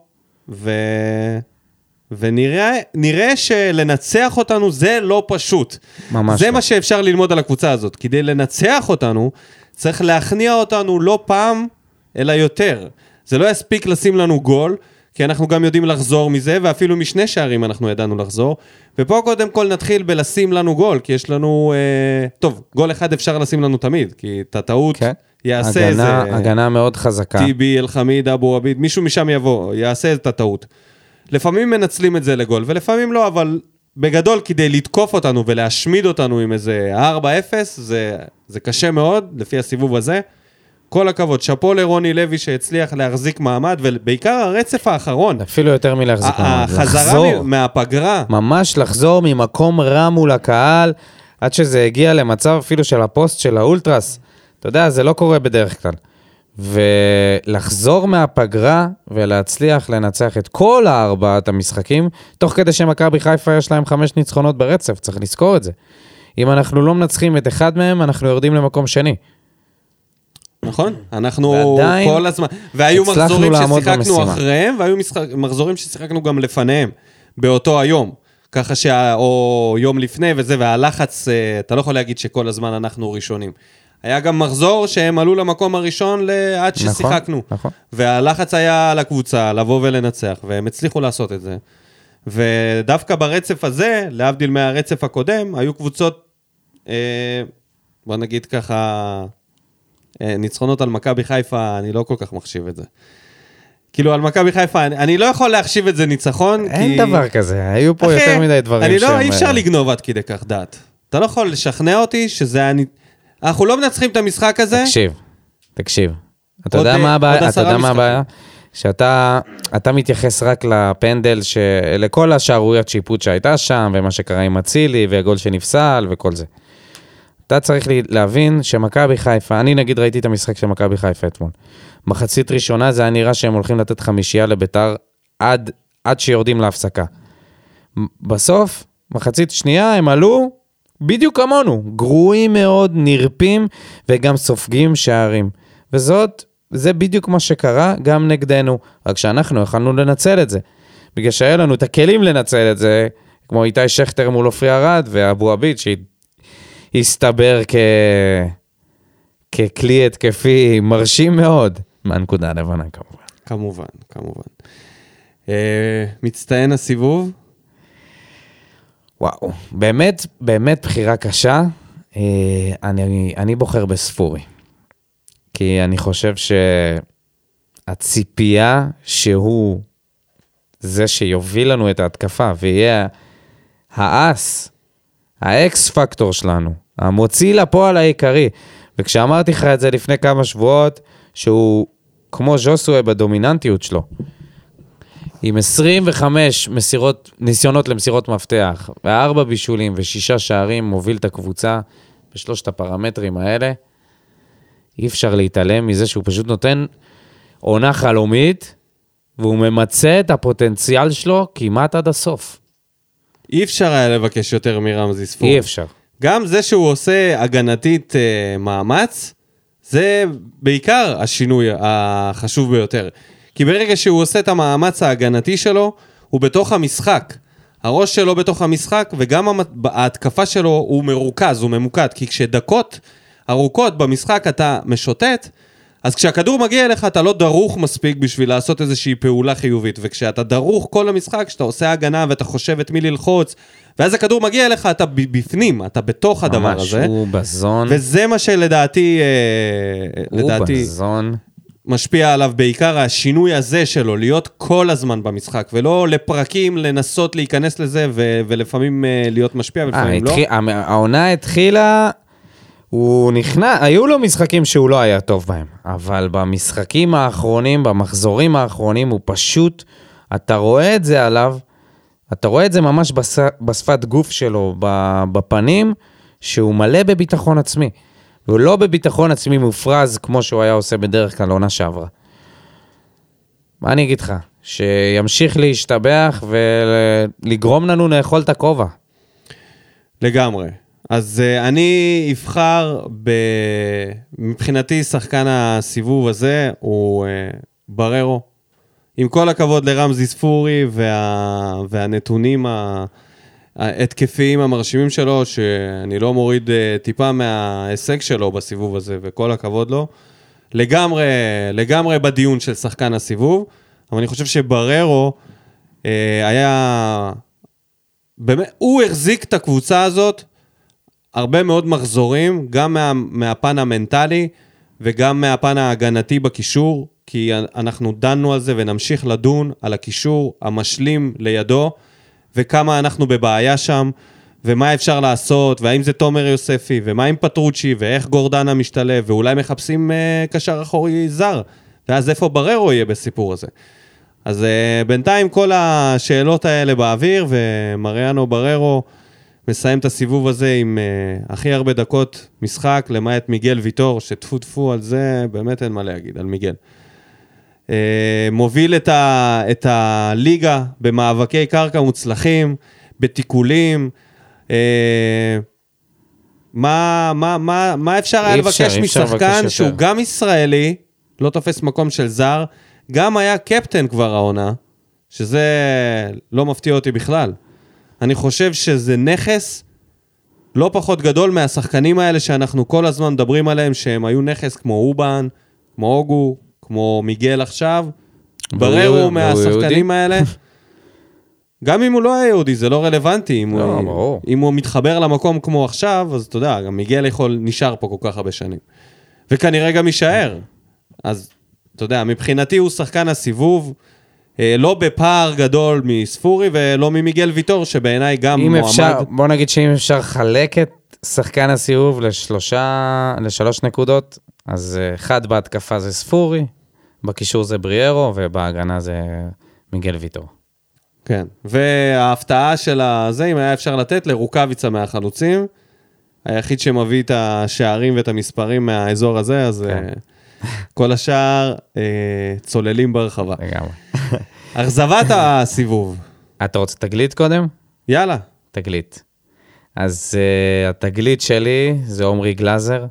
ונראה שלנצח אותנו זה לא פשוט. ממש זה לא. מה שאפשר ללמוד על הקבוצה הזאת. כדי לנצח אותנו, צריך להכניע אותנו לא פעם, אלא יותר. זה לא יספיק לשים לנו גול, כי אנחנו גם יודעים לחזור מזה, ואפילו משני שערים אנחנו ידענו לחזור. ופה קודם כל נתחיל בלשים לנו גול, כי יש לנו, טוב, גול אחד אפשר לשים לנו תמיד, כי את הטעות יעשה איזה... הגנה מאוד חזקה. טיבי, אלחמיד, אבו עביד, מישהו משם יבוא, יעשה את הטעות. לפעמים מנצלים את זה לגול, ולפעמים לא, אבל בגדול כדי לתקוף אותנו ולהשמיד אותנו עם איזה 4-0, זה קשה מאוד, לפי הסיבוב הזה. כל הכבוד, שפו לרוני לוי שהצליח להחזיק מעמד, ובעיקר הרצף האחרון. אפילו יותר מלהחזיק מעמד. החזרה מהפגרה. ממש לחזור ממקום רע מול הקהל, עד שזה הגיע למצב אפילו של הפוסט של האולטרס. אתה יודע, זה לא קורה בדרך כלל. ולחזור מהפגרה ולהצליח לנצח את כל 4 המשחקים, תוך כדי שמכבי חיפה יש להם 5 ניצחונות ברצף, צריך לזכור את זה. אם אנחנו לא מנצחים את אחד מהם, אנחנו יורדים למקום שני. נכון, אנחנו כל הזמן, והיו מחזורים ששיחקנו אחריהם, והיו מחזורים ששיחקנו גם לפניהם, באותו היום. ככה או יום לפני וזה, והלחץ, אתה לא יכול להגיד שכל הזמן אנחנו ראשונים. היה גם מחזור שהם עלו למקום הראשון עד ששיחקנו. נכון. והלחץ היה על הקבוצה לבוא ולנצח, והם הצליחו לעשות את זה. ודווקא ברצף הזה, להבדיל מהרצף הקודם, היו קבוצות, בוא נגיד ככה, ניצחונות על מכבי חיפה, אני לא כל כך מחשיב את זה. כאילו על מכבי חיפה, אני לא יכול להחשיב את זה ניצחון, אין דבר כזה, היו פה יותר מדי דברים אי אפשר לגנוב עד כדי כך דעת. אתה לא יכול לשכנע אותי שזה אנחנו לא מנצחים את המשחק הזה. תקשיב. אתה יודע מה הבעיה? שאתה מתייחס רק לפנדל, לכל השערוריית שיפוט שהייתה שם, ומה שקרה עם אצילי, והגול שנפסל, וכל זה. אתה צריך להבין שמכבי חיפה, אני נגיד ראיתי את המשחק של מכבי חיפה אתמול. מחצית ראשונה זה היה נראה שהם הולכים לתת 5 לביתר, עד שיורדים להפסקה. בסוף, מחצית שנייה הם עלו, בדיוק כמונו, גרועים מאוד, נרפים, וגם סופגים שערים. זה בדיוק מה שקרה גם נגדנו, רק שאנחנו יכולנו לנצל את זה. בגלל שהיה לנו את הכלים לנצל את זה, כמו איתי שכטר מול עופרי ארד, ואבו עביד, שהסתבר ככלי התקפי מרשים מאוד, מהנקודה הלבנה כמובן. כמובן. מצטיין הסיבוב? וואו, באמת בחירה קשה. אני בוחר בספורי. כי אני חושב שהציפייה שהוא זה שיוביל לנו את ההתקפה, ויהיה האקס פקטור שלנו, המוציא לפועל העיקרי. וכשאמרתי לך את זה לפני כמה שבועות, שהוא כמו ז'וסואה בדומיננטיות שלו, עם 25 ניסיונות למסירות מפתח, ו4 בישולים ו6 שערים, מוביל את הקבוצה בשלושת הפרמטרים האלה, אי אפשר להתעלם מזה שהוא פשוט נותן עונה חלומית, והוא ממצא את הפוטנציאל שלו כמעט עד הסוף. אי אפשר היה לבקש יותר מרמזי ספורי. אי אפשר. גם זה שהוא עושה הגנתית מאמץ, זה בעיקר השינוי החשוב ביותר. כי ברגע שהוא עושה את המאמץ ההגנתי שלו, הוא בתוך המשחק. הראש שלו בתוך המשחק, וגם ההתקפה שלו הוא מרוכז, הוא ממוקד. כי כשדקות ארוכות במשחק אתה משוטט, אז כשהכדור מגיע אליך אתה לא דרוך מספיק בשביל לעשות איזושהי פעולה חיובית. וכשאתה דרוך כל המשחק, כשאתה עושה הגנה ואתה חושב את מי ללחוץ, ואז הכדור מגיע אליך, אתה בפנים, אתה בתוך הדבר הזה. ממש, הוא בזון. וזה מה שלדעתי, בזון. משפיע עליו בעיקר השינוי הזה שלו, להיות כל הזמן במשחק, ולא לפרקים לנסות להיכנס לזה, ולפעמים להיות משפיע, ולפעמים לא. העונה התחילה, הוא נכנע, היו לו משחקים שהוא לא היה טוב בהם, אבל במשחקים האחרונים, במחזורים האחרונים, הוא פשוט, אתה רואה את זה עליו, אתה רואה את זה ממש בשפת גוף שלו, בפנים, שהוא מלא בביטחון עצמי. והוא לא בביטחון עצמי מופרז, כמו שהוא היה עושה בדרך כלל עונה שעברה. מה אני אגיד לך? שימשיך להשתבח ולגרום לנו לאכול את הכובע. לגמרי. אז אני אבחר, מבחינתי שחקן הסיבוב הזה, הוא בררו. עם כל הכבוד לרמזי ספורי והנתונים ההתקפיים המרשימים שלו, שאני לא מוריד טיפה מההישג שלו בסיבוב הזה, וכל הכבוד לו, לגמרי בדיון של שחקן הסיבוב, אבל אני חושב שבררו היה, באמת, הוא החזיק את הקבוצה הזאת, הרבה מאוד מחזורים, גם מהפן המנטלי, וגם מהפן ההגנתי בקישור, כי אנחנו דנו על זה ונמשיך לדון על הקישור המשלים לידו, וכמה אנחנו בבעיה שם, ומה אפשר לעשות, והאם זה תומר יוספי, ומה עם פטרוצ'י, ואיך גורדנה משתלב, ואולי מחפשים קשר אחורי זר, ואז איפה בררו יהיה בסיפור הזה. אז בינתיים כל השאלות האלה באוויר, ומריאנו בררו מסיים את הסיבוב הזה עם הכי הרבה דקות משחק, למעט מיגל ויטור, שטפו על זה, באמת אין מה להגיד, על מיגל. מוביל את הליגה במאבקי קרקע מוצלחים, בתיקולים. מה אפשר היה לבקש משחקן שהוא גם ישראלי, לא תופס מקום של זר, גם היה קפטן כבר העונה, שזה לא מפתיע אותי בכלל. אני חושב שזה נכס לא פחות גדול מהשחקנים האלה שאנחנו כל הזמן מדברים עליהם, שהם היו נכס כמו אובן, כמו אוגו, כמו מיגל עכשיו. בררו מהשחקנים האלה. גם אם הוא לא היה יהודי, זה לא רלוונטי. אם הוא מתחבר למקום כמו עכשיו, אז אתה יודע, גם מיגל נשאר פה כל כך הרבה שנים. וכנראה גם יישאר. אז אתה יודע, מבחינתי הוא שחקן הסיבוב, לא בפער גדול מספורי, ולא ממיגל ויטור, שבעיניי גם מועמד. בוא נגיד שאם אפשר לחלק את שחקן הסיבוב לשלוש נקודות, אז אחד בהתקפה זה ספורי, בקישור זה בריארו, ובהגנה זה מיגל ויטור. כן, וההפתעה של זה, אם היה אפשר לתת לרוקביצה מהחלוצים, היחיד שמביא את השערים ואת המספרים מהאזור הזה, אז כל השאר צוללים ברחבה. לגמרי. אכזבת הסיבוב. אתה רוצה תגלית קודם? יאללה. תגלית. אז התגלית שלי זה עומרי גלאזר.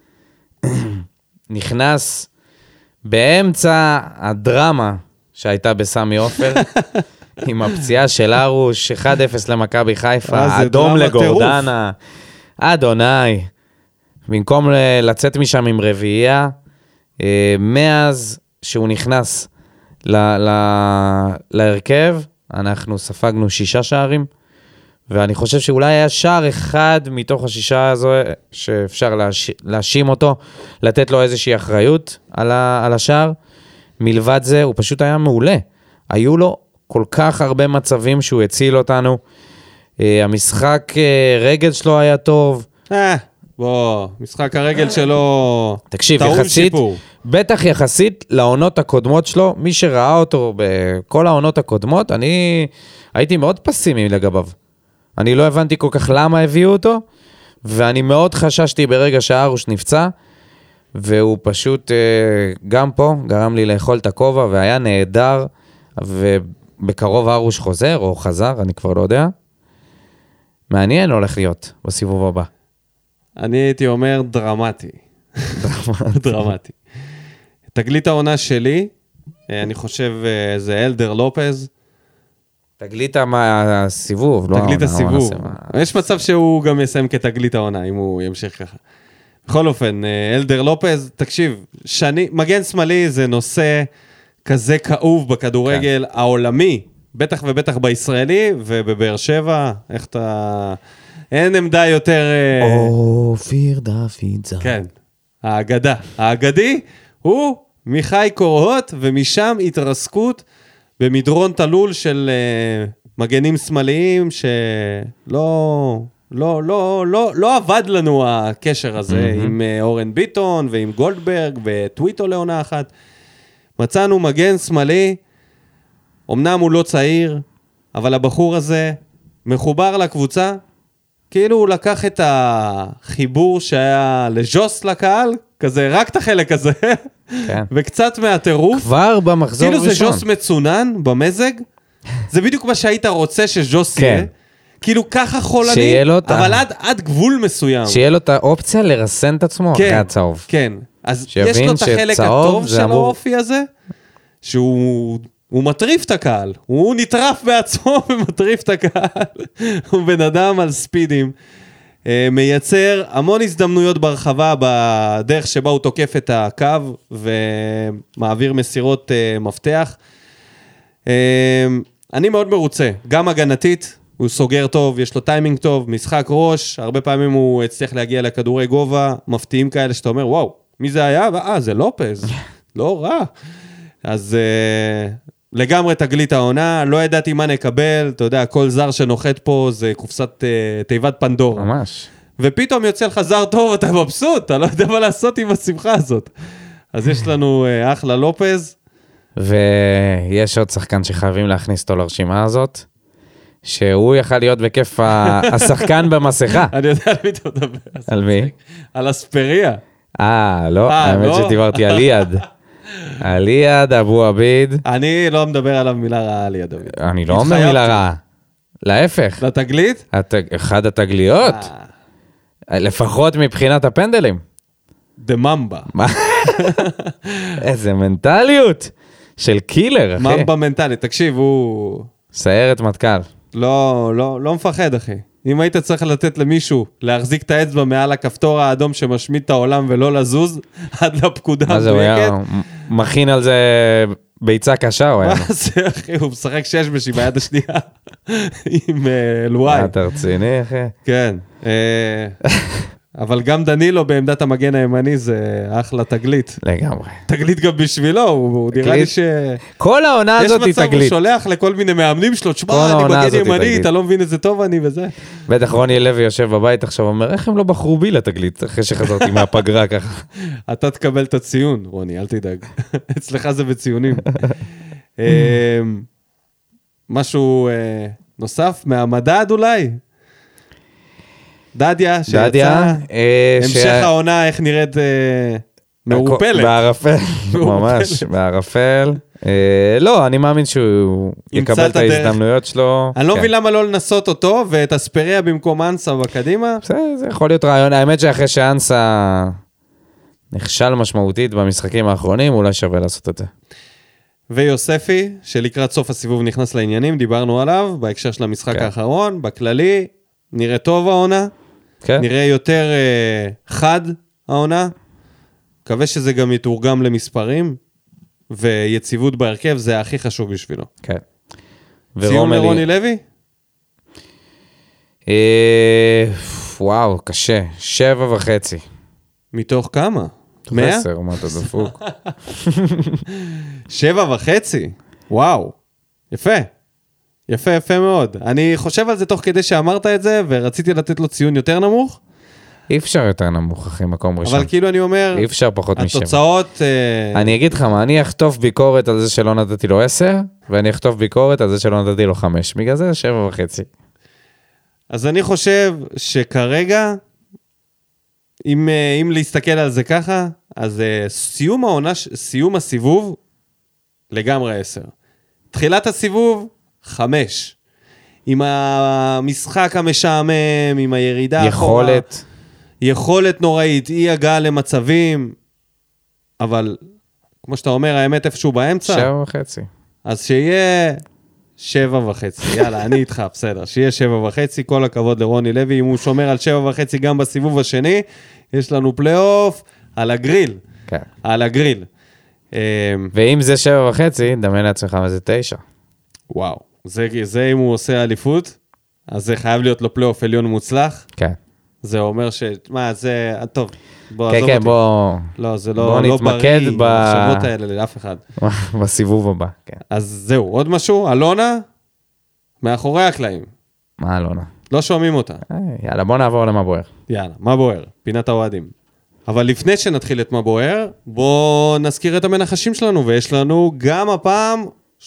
נכנס באמצע הדרמה שהייתה בסמי עופר, עם הפציעה של ארוש, 1-0 למכבי חיפה, אדום לגורדנה, אדוני. במקום לצאת משם עם רביעייה, מאז שהוא נכנס להרכב, אנחנו ספגנו 6 שערים, ואני חושב שאולי היה שער אחד מתוך ה6 הזו, שאפשר להאשים אותו, לתת לו איזושהי אחריות על השער. מלבד זה, הוא פשוט היה מעולה. היו לו כל כך הרבה מצבים שהוא הציל אותנו. המשחק רגל שלו היה טוב. בוא, משחק הרגל שלו תקשיב, יחסית, בטח יחסית לעונות הקודמות שלו, מי שראה אותו בכל העונות הקודמות, אני הייתי מאוד פסימי לגביו. אני לא הבנתי כל כך למה הביאו אותו, ואני מאוד חששתי ברגע שהארוש נפצע, והוא פשוט גם פה גרם לי לאכול את הכובע, והיה נהדר, ובקרוב הארוש חוזר, או חזר, אני כבר לא יודע. מעניין הולך להיות בסיבוב הבא. אני הייתי אומר דרמטי. דרמטי. תגלית העונה שלי, אני חושב זה אלדר לופז. תגלית הסיבוב, לא? תגלית הסיבוב. יש מצב שהוא גם יסיים כתגלית העונה, אם הוא ימשיך ככה. בכל אופן, אלדר לופז, תקשיב, מגן שמאלי זה נושא כזה כאוב בכדורגל העולמי, בטח ובטח בישראלי, ובבאר שבע, איך אתה... אין עמדה יותר... אופיר דוידזון. כן, האגדה. האגדי הוא מחי קורות, ומשם התרסקות במדרון תלול של מגנים שמאליים, לא עבד לנו הקשר הזה עם אורן ביטון ועם גולדברג וטוויטו לעונה אחת. מצאנו מגן שמאלי, אמנם הוא לא צעיר, אבל הבחור הזה מחובר לקבוצה, כאילו הוא לקח את החיבור שהיה לג'וס לקהל, כזה, רק את החלק הזה, כן. וקצת מהטירוף. כבר במחזור כאילו ראשון. כאילו זה ג'וס מצונן במזג, זה בדיוק מה שהיית רוצה שג'וס יהיה. כאילו ככה חולני, אבל עד גבול מסוים. שיהיה לו את האופציה לרסן את עצמו אחרי הצהוב. כן, אז יש לו את החלק הטוב של האופי הזה, שהוא מטריף את הקהל, הוא נטרף בעצמו ומטריף את הקהל, הוא בן אדם על ספידים, מייצר המון הזדמנויות ברחבה בדרך שבה הוא תוקף את הקו ומעביר מסירות מפתח. אני מאוד מרוצה, גם הגנתית, הוא סוגר טוב, יש לו טיימינג טוב, משחק ראש, הרבה פעמים הוא הצליח להגיע לכדורי גובה, מפתיעים כאלה שאתה אומר, וואו, מי זה היה? זה לופז, לא רע. אז לגמרי תגלית העונה, לא ידעתי מה נקבל, אתה יודע, כל זר שנוחת פה זה קופסת תיבת פנדורה. ממש. ופתאום יוצא לך זר טוב, אתה מבסוט, אתה לא יודע מה לעשות עם השמחה הזאת. אז יש לנו אחלה לופז. ויש עוד שחקן שחייבים להכניס אותו לרשימה הזאת, שהוא יכל להיות בכיף השחקן במסכה. אני יודע על מי אתה מדבר. על מי? על אספריה. לא, האמת שדיברתי על ליד. על ליד, אבו עביד. אני לא מדבר עליו מילה רעה על ליד עביד. אני לא אומר מילה רעה. להפך. לתגלית? אחד התגליות. לפחות מבחינת הפנדלים. דממבה. איזה מנטליות. של קילר, אחי. ממבה מנטלי, תקשיב, הוא סיירת מטכ"ל. לא מפחד, אחי. אם היית צריך לתת למישהו להחזיק את האצבע מעל הכפתור האדום שמשמיד את העולם ולא לזוז, עד לפקודה מה זה, הוא היה מדויקת. מכין על זה ביצה קשה, הוא היה. מה זה, אחי? הוא משחק שש בשי ביד השנייה עם לואי. אתה רציני, אחי? כן. אבל גם דנילו בעמדת המגן הימני זה אחלה תגלית. לגמרי. תגלית גם בשבילו, הוא נראה לי ש... כל העונה יש הזאת היא מצב, הוא תגלית. שולח לכל מיני מאמנים שלו, כל תשמע, אני העונה מגן הזאת היא ימני, תגלית. אתה לא מבין איזה טוב אני וזה. בטח רוני לוי יושב בבית עכשיו, אומר, איך הם לא בחרו בי לתגלית, אחרי שחזרתי מהפגרה ככה. אתה תקבל את הציון, רוני, אל תדאג. אצלך זה בציונים. משהו נוסף מהמדד אולי? דדיה, שיצא, המשך העונה, איך נראית מעורפלת. בערפל, ממש, בערפל. לא, אני מאמין שהוא יקבל את ההזדמנויות שלו. אני לא מבין למה לא לנסות אותו, ואת אספריה במקום אנסה בקדימה. זה יכול להיות רעיון. האמת שאחרי שאנסה נכשל משמעותית במשחקים האחרונים, אולי שווה לעשות את זה. ויוספי, שלקראת סוף הסיבוב נכנס לעניינים, דיברנו עליו, בהקשר של המשחק האחרון, בכללי, נראה טוב העונה, נראה יותר חד העונה, מקווה שזה גם יתורגם למספרים, ויציבות בהרכב זה הכי חשוב בשבילו. כן. ציון לרוני לוי? וואו, קשה. 7.5. מתוך כמה? 100? 10, מה אתה דפוק? 7.5? וואו, יפה. יפה מאוד. אני חושב על זה תוך כדי שאמרת את זה, ורציתי לתת לו ציון יותר נמוך. אי אפשר יותר נמוך, אחי, מקום ראשון. אבל כאילו אני אומר, אי אפשר פחות משבע. התוצאות... אני אגיד לך מה, אני אכתוב ביקורת על זה שלא נתתי לו 10, ואני אכתוב ביקורת על זה שלא נתתי לו 5. בגלל זה 7.5. אז אני חושב שכרגע, אם להסתכל על זה ככה, אז סיום העונה, סיום הסיבוב, לגמרי 10. תחילת הסיבוב, 5. עם המשחק המשעמם, עם הירידה יכולת. יכולת נוראית, אי הגעה למצבים, אבל כמו שאתה אומר, האמת איפשהו באמצע. 7.5. אז שיהיה 7.5. יאללה, אני איתך, בסדר. שיהיה 7.5, כל הכבוד לרוני לוי. אם הוא שומר על 7.5 גם בסיבוב השני, יש לנו פלייאוף על הגריל. כן. על הגריל. ואם זה 7.5, דמיין לעצמך מה זה 9. וואו. זה אם הוא עושה אליפות, אז זה חייב להיות לו פלייאוף עליון מוצלח. כן. זה אומר מה, זה... טוב, בוא עזוב אותי. כן, לא, זה בוא לא נתמקד בריא, השמות האלה לאף אחד. בסיבוב הבא, כן. אז זהו, עוד משהו? אלונה, מאחורי הקלעים. מה אלונה? לא שומעים אותה. יאללה, בוא נעבור למה בוער. יאללה, מה בוער? פינת האוהדים. אבל לפני שנתחיל את מה בוער, בוא נזכיר את המנחשים שלנו, ויש לנו גם הפעם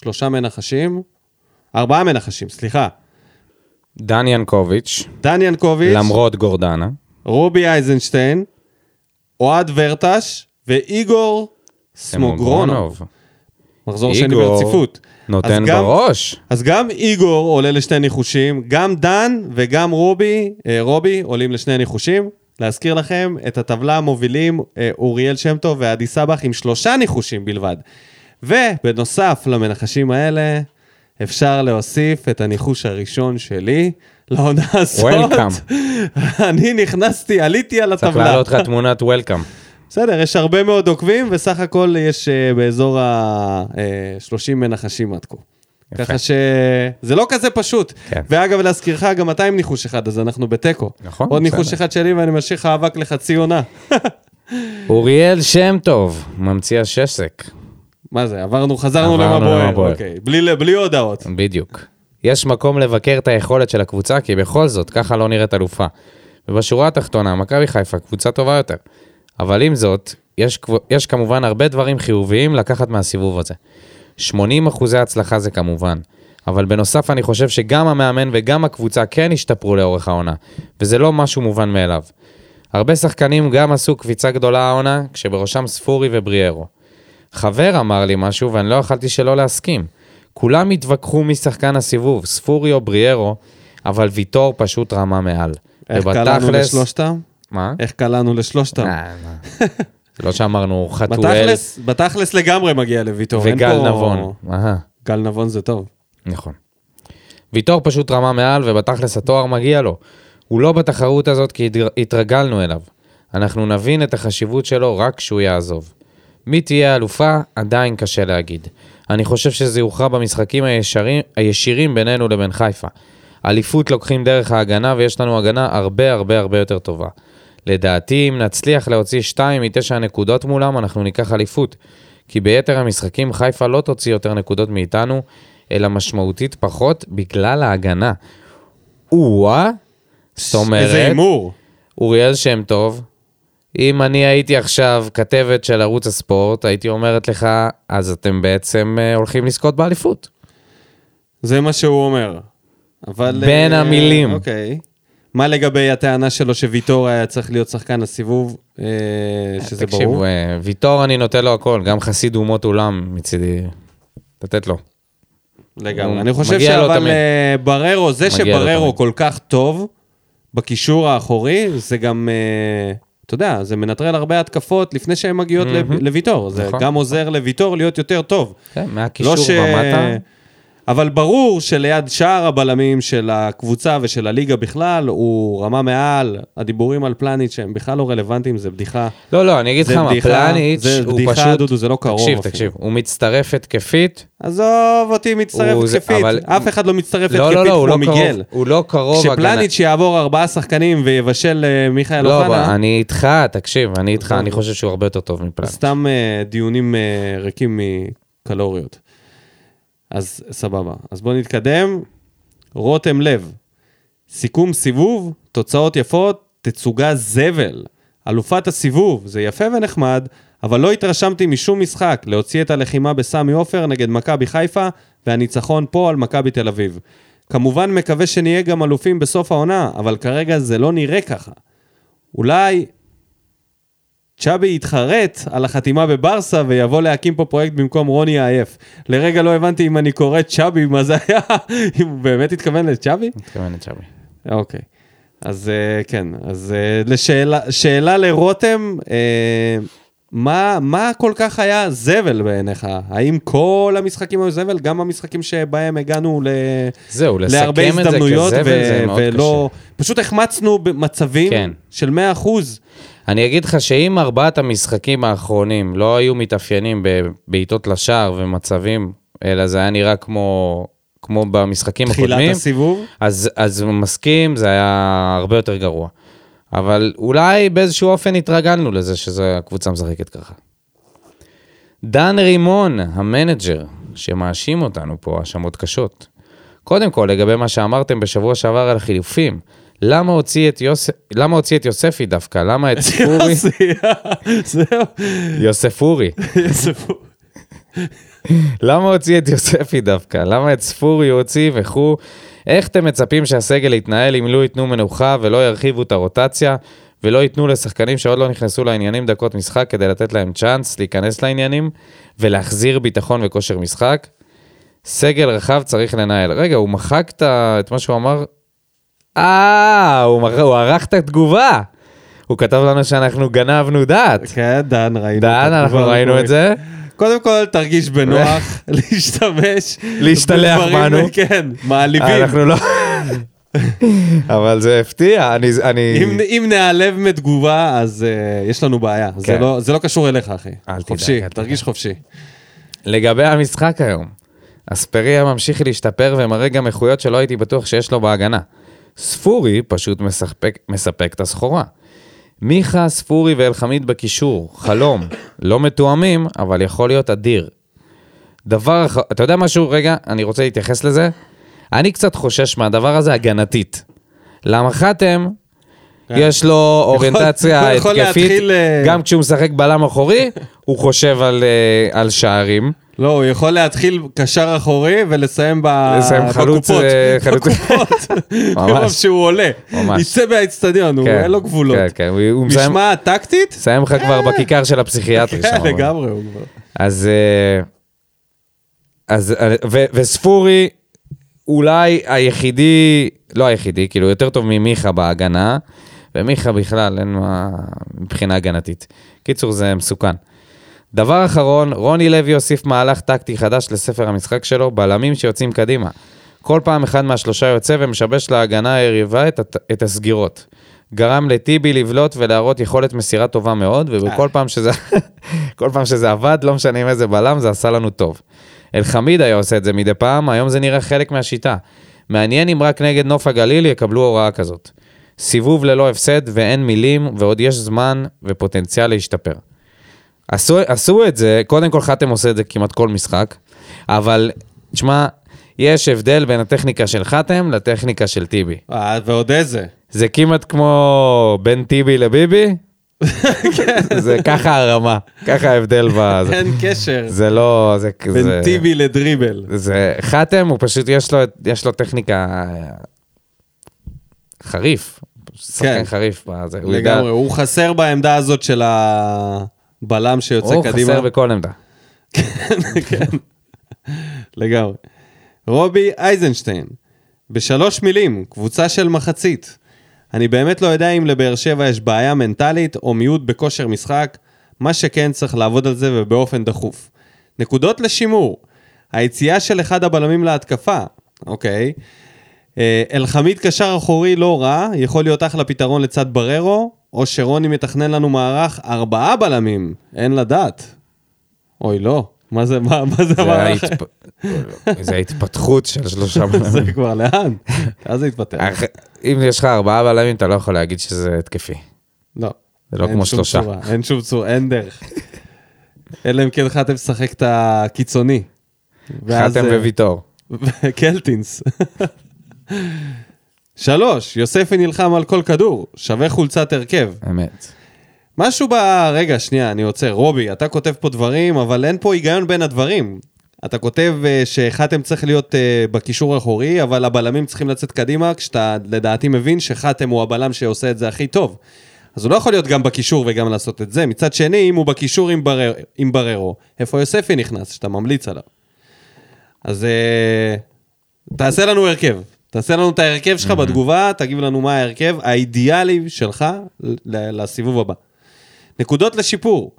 4 מנחשים, סליחה. דן ינקוביץ', למרות גורדנה, רובי אייזנשטיין, אוהד ורטש ואיגור סמוגרונוב. מחזור שני ברציפות. נותן בראש. אז גם איגור עולה לשני ניחושים, גם דן וגם רובי עולים לשני ניחושים. להזכיר לכם, את הטבלה מובילים אוריאל שם טוב ועדי סבח עם 3 ניחושים בלבד. ובנוסף למנחשים האלה, אפשר להוסיף את הניחוש הראשון שלי לעונה הזאת. Welcome. אני נכנסתי, עליתי על הטבלה. צריך לעלות לך תמונת Welcome. בסדר, יש הרבה מאוד עוקבים, וסך הכל יש באזור ה-30 מנחשים עד כה. ככה שזה לא כזה פשוט. כן. ואגב, להזכירך, גם אתה עם ניחוש אחד, אז אנחנו בטקו. נכון. עוד ניחוש אחד שלי, ואני משאיר לך אבק לחצי עונה. אוריאל שם טוב, ממציא השסק. מה זה? חזרנו למה בוער. אוקיי. בלי הודעות. בדיוק. יש מקום לבקר את היכולת של הקבוצה, כי בכל זאת, ככה לא נראית אלופה. ובשורה התחתונה, מכבי חיפה, קבוצה טובה יותר. אבל עם זאת, יש כמובן הרבה דברים חיוביים לקחת מהסיבוב הזה. 80% הצלחה זה כמובן. אבל בנוסף אני חושב שגם המאמן וגם הקבוצה כן השתפרו לאורך העונה. וזה לא משהו מובן מאליו. הרבה שחקנים גם עשו קפיצה גדולה העונה, כשבראשם ספורי ובריארו. חבר אמר לי משהו ואני לא יכולתי שלא להסכים. כולם התווכחו משחקן הסיבוב, ספורי או בריארו, אבל ויטור פשוט רמה מעל. איך קלענו לשלושתם? מה? איך קלענו לשלושתם? זה לא שאמרנו חתואל. בתכלס לגמרי מגיע לויטור. וגל נבון. גל נבון זה טוב. נכון. ויטור פשוט רמה מעל, ובתכלס התואר מגיע לו. הוא לא בתחרות הזאת כי התרגלנו אליו. אנחנו נבין את החשיבות שלו רק כשהוא יעזוב. מי תהיה אלופה? עדיין קשה להגיד. אני חושב שזה יוכרע במשחקים הישירים בינינו לבין חיפה. אליפות לוקחים דרך ההגנה, ויש לנו הגנה הרבה הרבה הרבה יותר טובה. לדעתי, אם נצליח להוציא 2 מ-9 נקודות מולם, אנחנו ניקח אליפות. כי ביתר המשחקים חיפה לא תוציא יותר נקודות מאיתנו, אלא משמעותית פחות בגלל ההגנה. זאת אומרת, איזה אימור. אוריאל שם טוב, אם אני הייתי עכשיו כתבת של ערוץ הספורט, הייתי אומרת לך, אז אתם בעצם הולכים לזכות באליפות. זה מה שהוא אומר. אבל... בין המילים. אוקיי. מה לגבי הטענה שלו שוויטור היה צריך להיות שחקן הסיבוב, שזה ברור? תקשיב, ויטור אני נותן לו הכל, גם חסיד אומות עולם מצידי, לתת לו. לגמרי. אני חושב שאבל בררו, זה שבררו כל כך טוב, בקישור האחורי, זה גם, אתה יודע, זה מנטרל הרבה התקפות לפני שהן מגיעות לויטור. זה גם עוזר לויטור להיות יותר טוב. כן, מהקישור במטה. אבל ברור שליד שאר הבלמים של הקבוצה ושל הליגה בכלל, הוא רמה מעל, הדיבורים על פלניץ' שהם בכלל לא רלוונטיים, זה בדיחה. לא, אני אגיד לך מה, פלניץ' הוא פשוט... זה בדיחה, דודו, זה לא קרוב. תקשיב, הוא מצטרף התקפית. עזוב אותי מצטרף התקפית, אף אחד לא מצטרף התקפית כמו מיגל. הוא לא קרוב. כשפלניץ' יעבור 4 שחקנים ויבשל מיכאל אוחנה... לא, אני איתך, תקשיב, אני חושב שהוא הרבה יותר טוב מפלניץ'. סתם דיונים ריקים מקלוריות. אז סבבה. אז בואו נתקדם. רותם לב. סיכום סיבוב, תוצאות יפות, תצוגה זבל. אלופת הסיבוב, זה יפה ונחמד, אבל לא התרשמתי משום משחק להוציא את הלחימה בסמי עופר נגד מכבי חיפה, והניצחון פה על מכבי תל אביב. כמובן מקווה שנהיה גם אלופים בסוף העונה, אבל כרגע זה לא נראה ככה. אולי... צ'אבי יתחרט על החתימה בברסה ויבוא להקים פה פרויקט במקום רוני העייף. לרגע לא הבנתי אם אני קורא צ'אבי, מה זה היה? אם הוא באמת התכוון לצ'אבי? התכוון לצ'אבי. אוקיי. אז כן, אז שאלה לרותם, מה כל כך היה זבל בעיניך? האם כל המשחקים היו זבל? גם המשחקים שבהם הגענו להרבה הזדמנויות ולא... פשוט החמצנו במצבים של 100%. אני אגיד לך שאם 4 המשחקים האחרונים לא היו מתאפיינים בבעיטות לשער ומצבים, אלא זה היה נראה כמו במשחקים הקודמים. תחילת הסיבוב? אז מסכים, זה היה הרבה יותר גרוע. אבל אולי באיזשהו אופן התרגלנו לזה שזו הקבוצה משחקת ככה. דן רימון, המנג'ר, שמאשים אותנו פה, האשמות קשות. קודם כל, לגבי מה שאמרתם בשבוע שעבר על החילופים, למה הוציא את יוספי דווקא? למה את ספורי? יוסף אורי. למה הוציא את יוספי דווקא? למה את ספורי הוציא וכו'? איך אתם מצפים שהסגל יתנהל אם לא ייתנו מנוחה ולא ירחיבו את הרוטציה ולא ייתנו לשחקנים שעוד לא נכנסו לעניינים דקות משחק כדי לתת להם צ'אנס להיכנס לעניינים ולהחזיר ביטחון וכושר משחק? סגל רחב צריך לנהל. רגע, הוא מחק את מה שהוא אמר? הוא ערך את התגובה. הוא כתב לנו שאנחנו גנבנו דעת. כן, דן, ראינו. דן, אנחנו ראינו את זה. קודם כל, תרגיש בנוח, להשתמש. להשתלח בנו. כן, מעליבים. אנחנו לא... אבל זה הפתיע. אם נעלב מתגובה, אז יש לנו בעיה. זה לא קשור אליך, אחי. חופשי, תרגיש חופשי. לגבי המשחק היום, אספריה ממשיך להשתפר ומראה גם איכויות שלא הייתי בטוח שיש לו בהגנה. ספורי פשוט מספק את הסחורה. מיכה, ספורי ואלחמיד בקישור, חלום, לא מתואמים, אבל יכול להיות אדיר. אתה יודע משהו? רגע, אני רוצה להתייחס לזה. אני קצת חושש מהדבר הזה הגנתית. למה חתם, יש לו אוריינטציה התקפית, גם כשהוא משחק בלם אחורי, הוא חושב על שערים. לא, הוא יכול להתחיל קשר אחורי ולסיים בקופות. ממש. שהוא עולה. יצא באצטדיון, הוא אין לו גבולות. משמע טקטית? סיים לך כבר בכיכר של הפסיכיאטרי. כן, לגמרי הוא כבר. וספורי, אולי היחידי, לא היחידי, כאילו יותר טוב ממיכה בהגנה, ומיכה בכלל, אין מה מבחינה הגנתית. קיצור, זה מסוכן. דבר אחרון, רוני לוי הוסיף מהלך טקטי חדש לספר המשחק שלו, בלמים שיוצאים קדימה. כל פעם אחד מהשלושה יוצא ומשבש להגנה היריבה את הסגירות. גרם לטיבי לבלוט ולהראות יכולת מסירה טובה מאוד, וכל פעם שזה עבד, לא משנה עם איזה בלם, זה עשה לנו טוב. אל חמיד היה עושה את זה מדי פעם, היום זה נראה חלק מהשיטה. מעניין אם רק נגד נוף הגליל יקבלו הוראה כזאת. סיבוב ללא הפסד ואין מילים, ועוד יש זמן ופוטנציאל להשתפר. עשו את זה, קודם כל חתם עושה את זה כמעט כל משחק, אבל, תשמע, יש הבדל בין הטכניקה של חתם לטכניקה של טיבי. ועוד איזה. זה כמעט כמו בין טיבי לביבי, זה ככה הרמה, ככה ההבדל בזה. אין קשר. זה לא... בין טיבי לדריבל. זה חתם, הוא פשוט, יש לו טכניקה חריף, שחקן חריף. לגמרי, הוא חסר בעמדה הזאת של הבלם שיוצא קדימה. הוא חסר בכל עמדה. כן, לגמרי. רובי אייזנשטיין, בשלוש מילים, קבוצה של מחצית. אני באמת לא יודע אם לבאר שבע יש בעיה מנטלית או מיעוט בכושר משחק, מה שכן צריך לעבוד על זה ובאופן דחוף. נקודות לשימור, היציאה של אחד הבלמים להתקפה, אוקיי. אל חמיד קשר אחורי לא רע, יכול להיות אחלה פתרון לצד בררו, או שרוני מתכנן לנו מערך 4 בלמים, אין לדעת. אוי לא, מה זה המערך? זה ההתפתחות של 3 בלמים. זה כבר לאן? אז זה התפתח. אם יש לך 4 בלמים, אתה לא יכול להגיד שזה התקפי. לא. זה לא כמו 3. אין שום צורה, אין דרך. אלא אם כן חתם שחק את הקיצוני. חתם וויתור. קלטינס. 3, יוספי נלחם על כל כדור, שווה חולצת הרכב. אמת. משהו רגע, שנייה, אני עוצר. רובי, אתה כותב פה דברים, אבל אין פה היגיון בין הדברים. אתה כותב שחתם צריך להיות בקישור האחורי, אבל הבלמים צריכים לצאת קדימה, כשאתה לדעתי מבין שחתם הוא הבלם שעושה את זה הכי טוב. אז הוא לא יכול להיות גם בקישור וגם לעשות את זה. מצד שני, אם הוא בקישור עם בררו, איפה יוספי נכנס, שאתה ממליץ עליו. אז תעשה לנו הרכב. תעשה לנו את ההרכב שלך בתגובה, תגיב לנו מה ההרכב האידיאלי שלך לסיבוב הבא. נקודות לשיפור.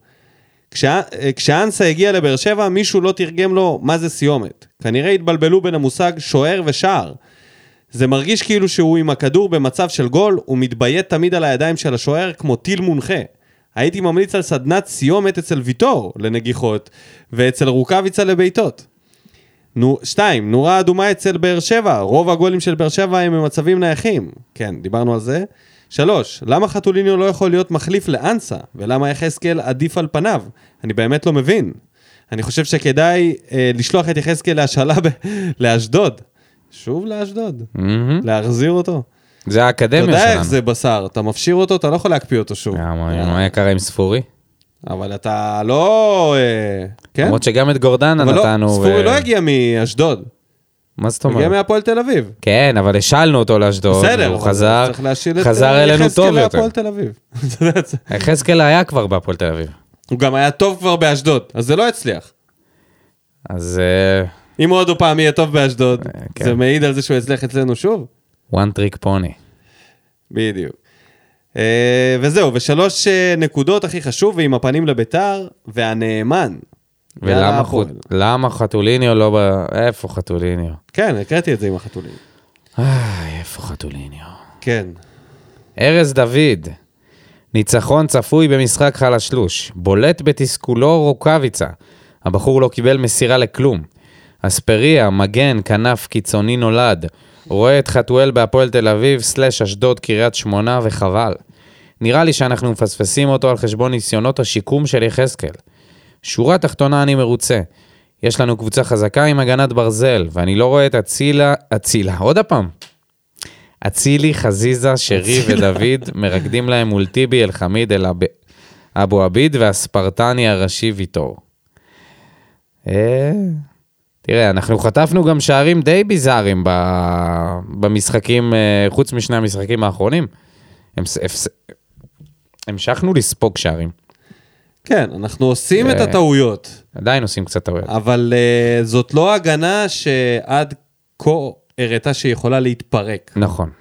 כשאנסה הגיע לבאר שבע, מישהו לא תרגם לו מה זה סיומת. כנראה התבלבלו בין המושג שוער ושער. זה מרגיש כאילו שהוא עם הכדור במצב של גול, הוא מתביית תמיד על הידיים של השוער כמו טיל מונחה. הייתי ממליץ על סדנת סיומת אצל ויטור לנגיחות, ואצל רוקביצה לביתות. 2, נורה אדומה אצל באר שבע, רוב הגולים של באר שבע הם במצבים נייחים. כן, דיברנו על זה. 3, למה חתוליניו לא יכול להיות מחליף לאנסה, ולמה יחזקאל עדיף על פניו? אני באמת לא מבין. אני חושב שכדאי לשלוח את יחזקאל להשאלה לאשדוד. שוב לאשדוד. להחזיר אותו. זה האקדמיה שלנו. אתה יודע איך זה בשר, אתה מפשיר אותו, אתה לא יכול להקפיא אותו שוב. מה היה קרה עם ספורי? אבל אתה לא... כן? למרות שגם את גורדנה נתנו... ספורי לא הגיע מאשדוד. מה זאת אומרת? הגיע מהפועל תל אביב. כן, אבל השאלנו אותו לאשדוד. בסדר. הוא חזר אלינו טוב יותר. להפועל תל אביב. יחזקאל היה כבר בהפועל תל אביב. הוא גם היה טוב כבר באשדוד, אז זה לא הצליח. אז... אם עוד פעם יהיה טוב באשדוד, זה מעיד על זה שהוא יצליח אצלנו שוב. one trick pony. בדיוק. וזהו, 3 נקודות הכי חשוב, ועם הפנים לביתר, והנאמן. ולמה חתוליניו לא איפה חתוליניו? כן, הקראתי את זה עם החתוליניו. איפה חתוליניו? כן. ארז דוד, ניצחון צפוי במשחק חלשלוש, בולט בתסכולו רוקביצה, הבחור לא קיבל מסירה לכלום. אספריה, מגן, כנף, קיצוני נולד, רואה את חתואל בהפועל תל אביב, /אשדוד, קריית שמונה וחבל. נראה לי שאנחנו מפספסים אותו על חשבון ניסיונות השיקום של יחזקאל. שורה תחתונה אני מרוצה. יש לנו קבוצה חזקה עם הגנת ברזל, ואני לא רואה את אצילה, עוד הפעם. אצילי, חזיזה, שרי ודוד מרקדים להם מול טיבי, אל חמיד, אל אבו עביד, והספרטני הראשי ויטור. תראה, אנחנו חטפנו גם שערים די ביזאריים במשחקים, חוץ משני המשחקים האחרונים. המשכנו לספוג שערים. כן, אנחנו עושים את הטעויות. עדיין עושים קצת טעויות. אבל זאת לא הגנה שעד כה הראתה שיכולה להתפרק. נכון.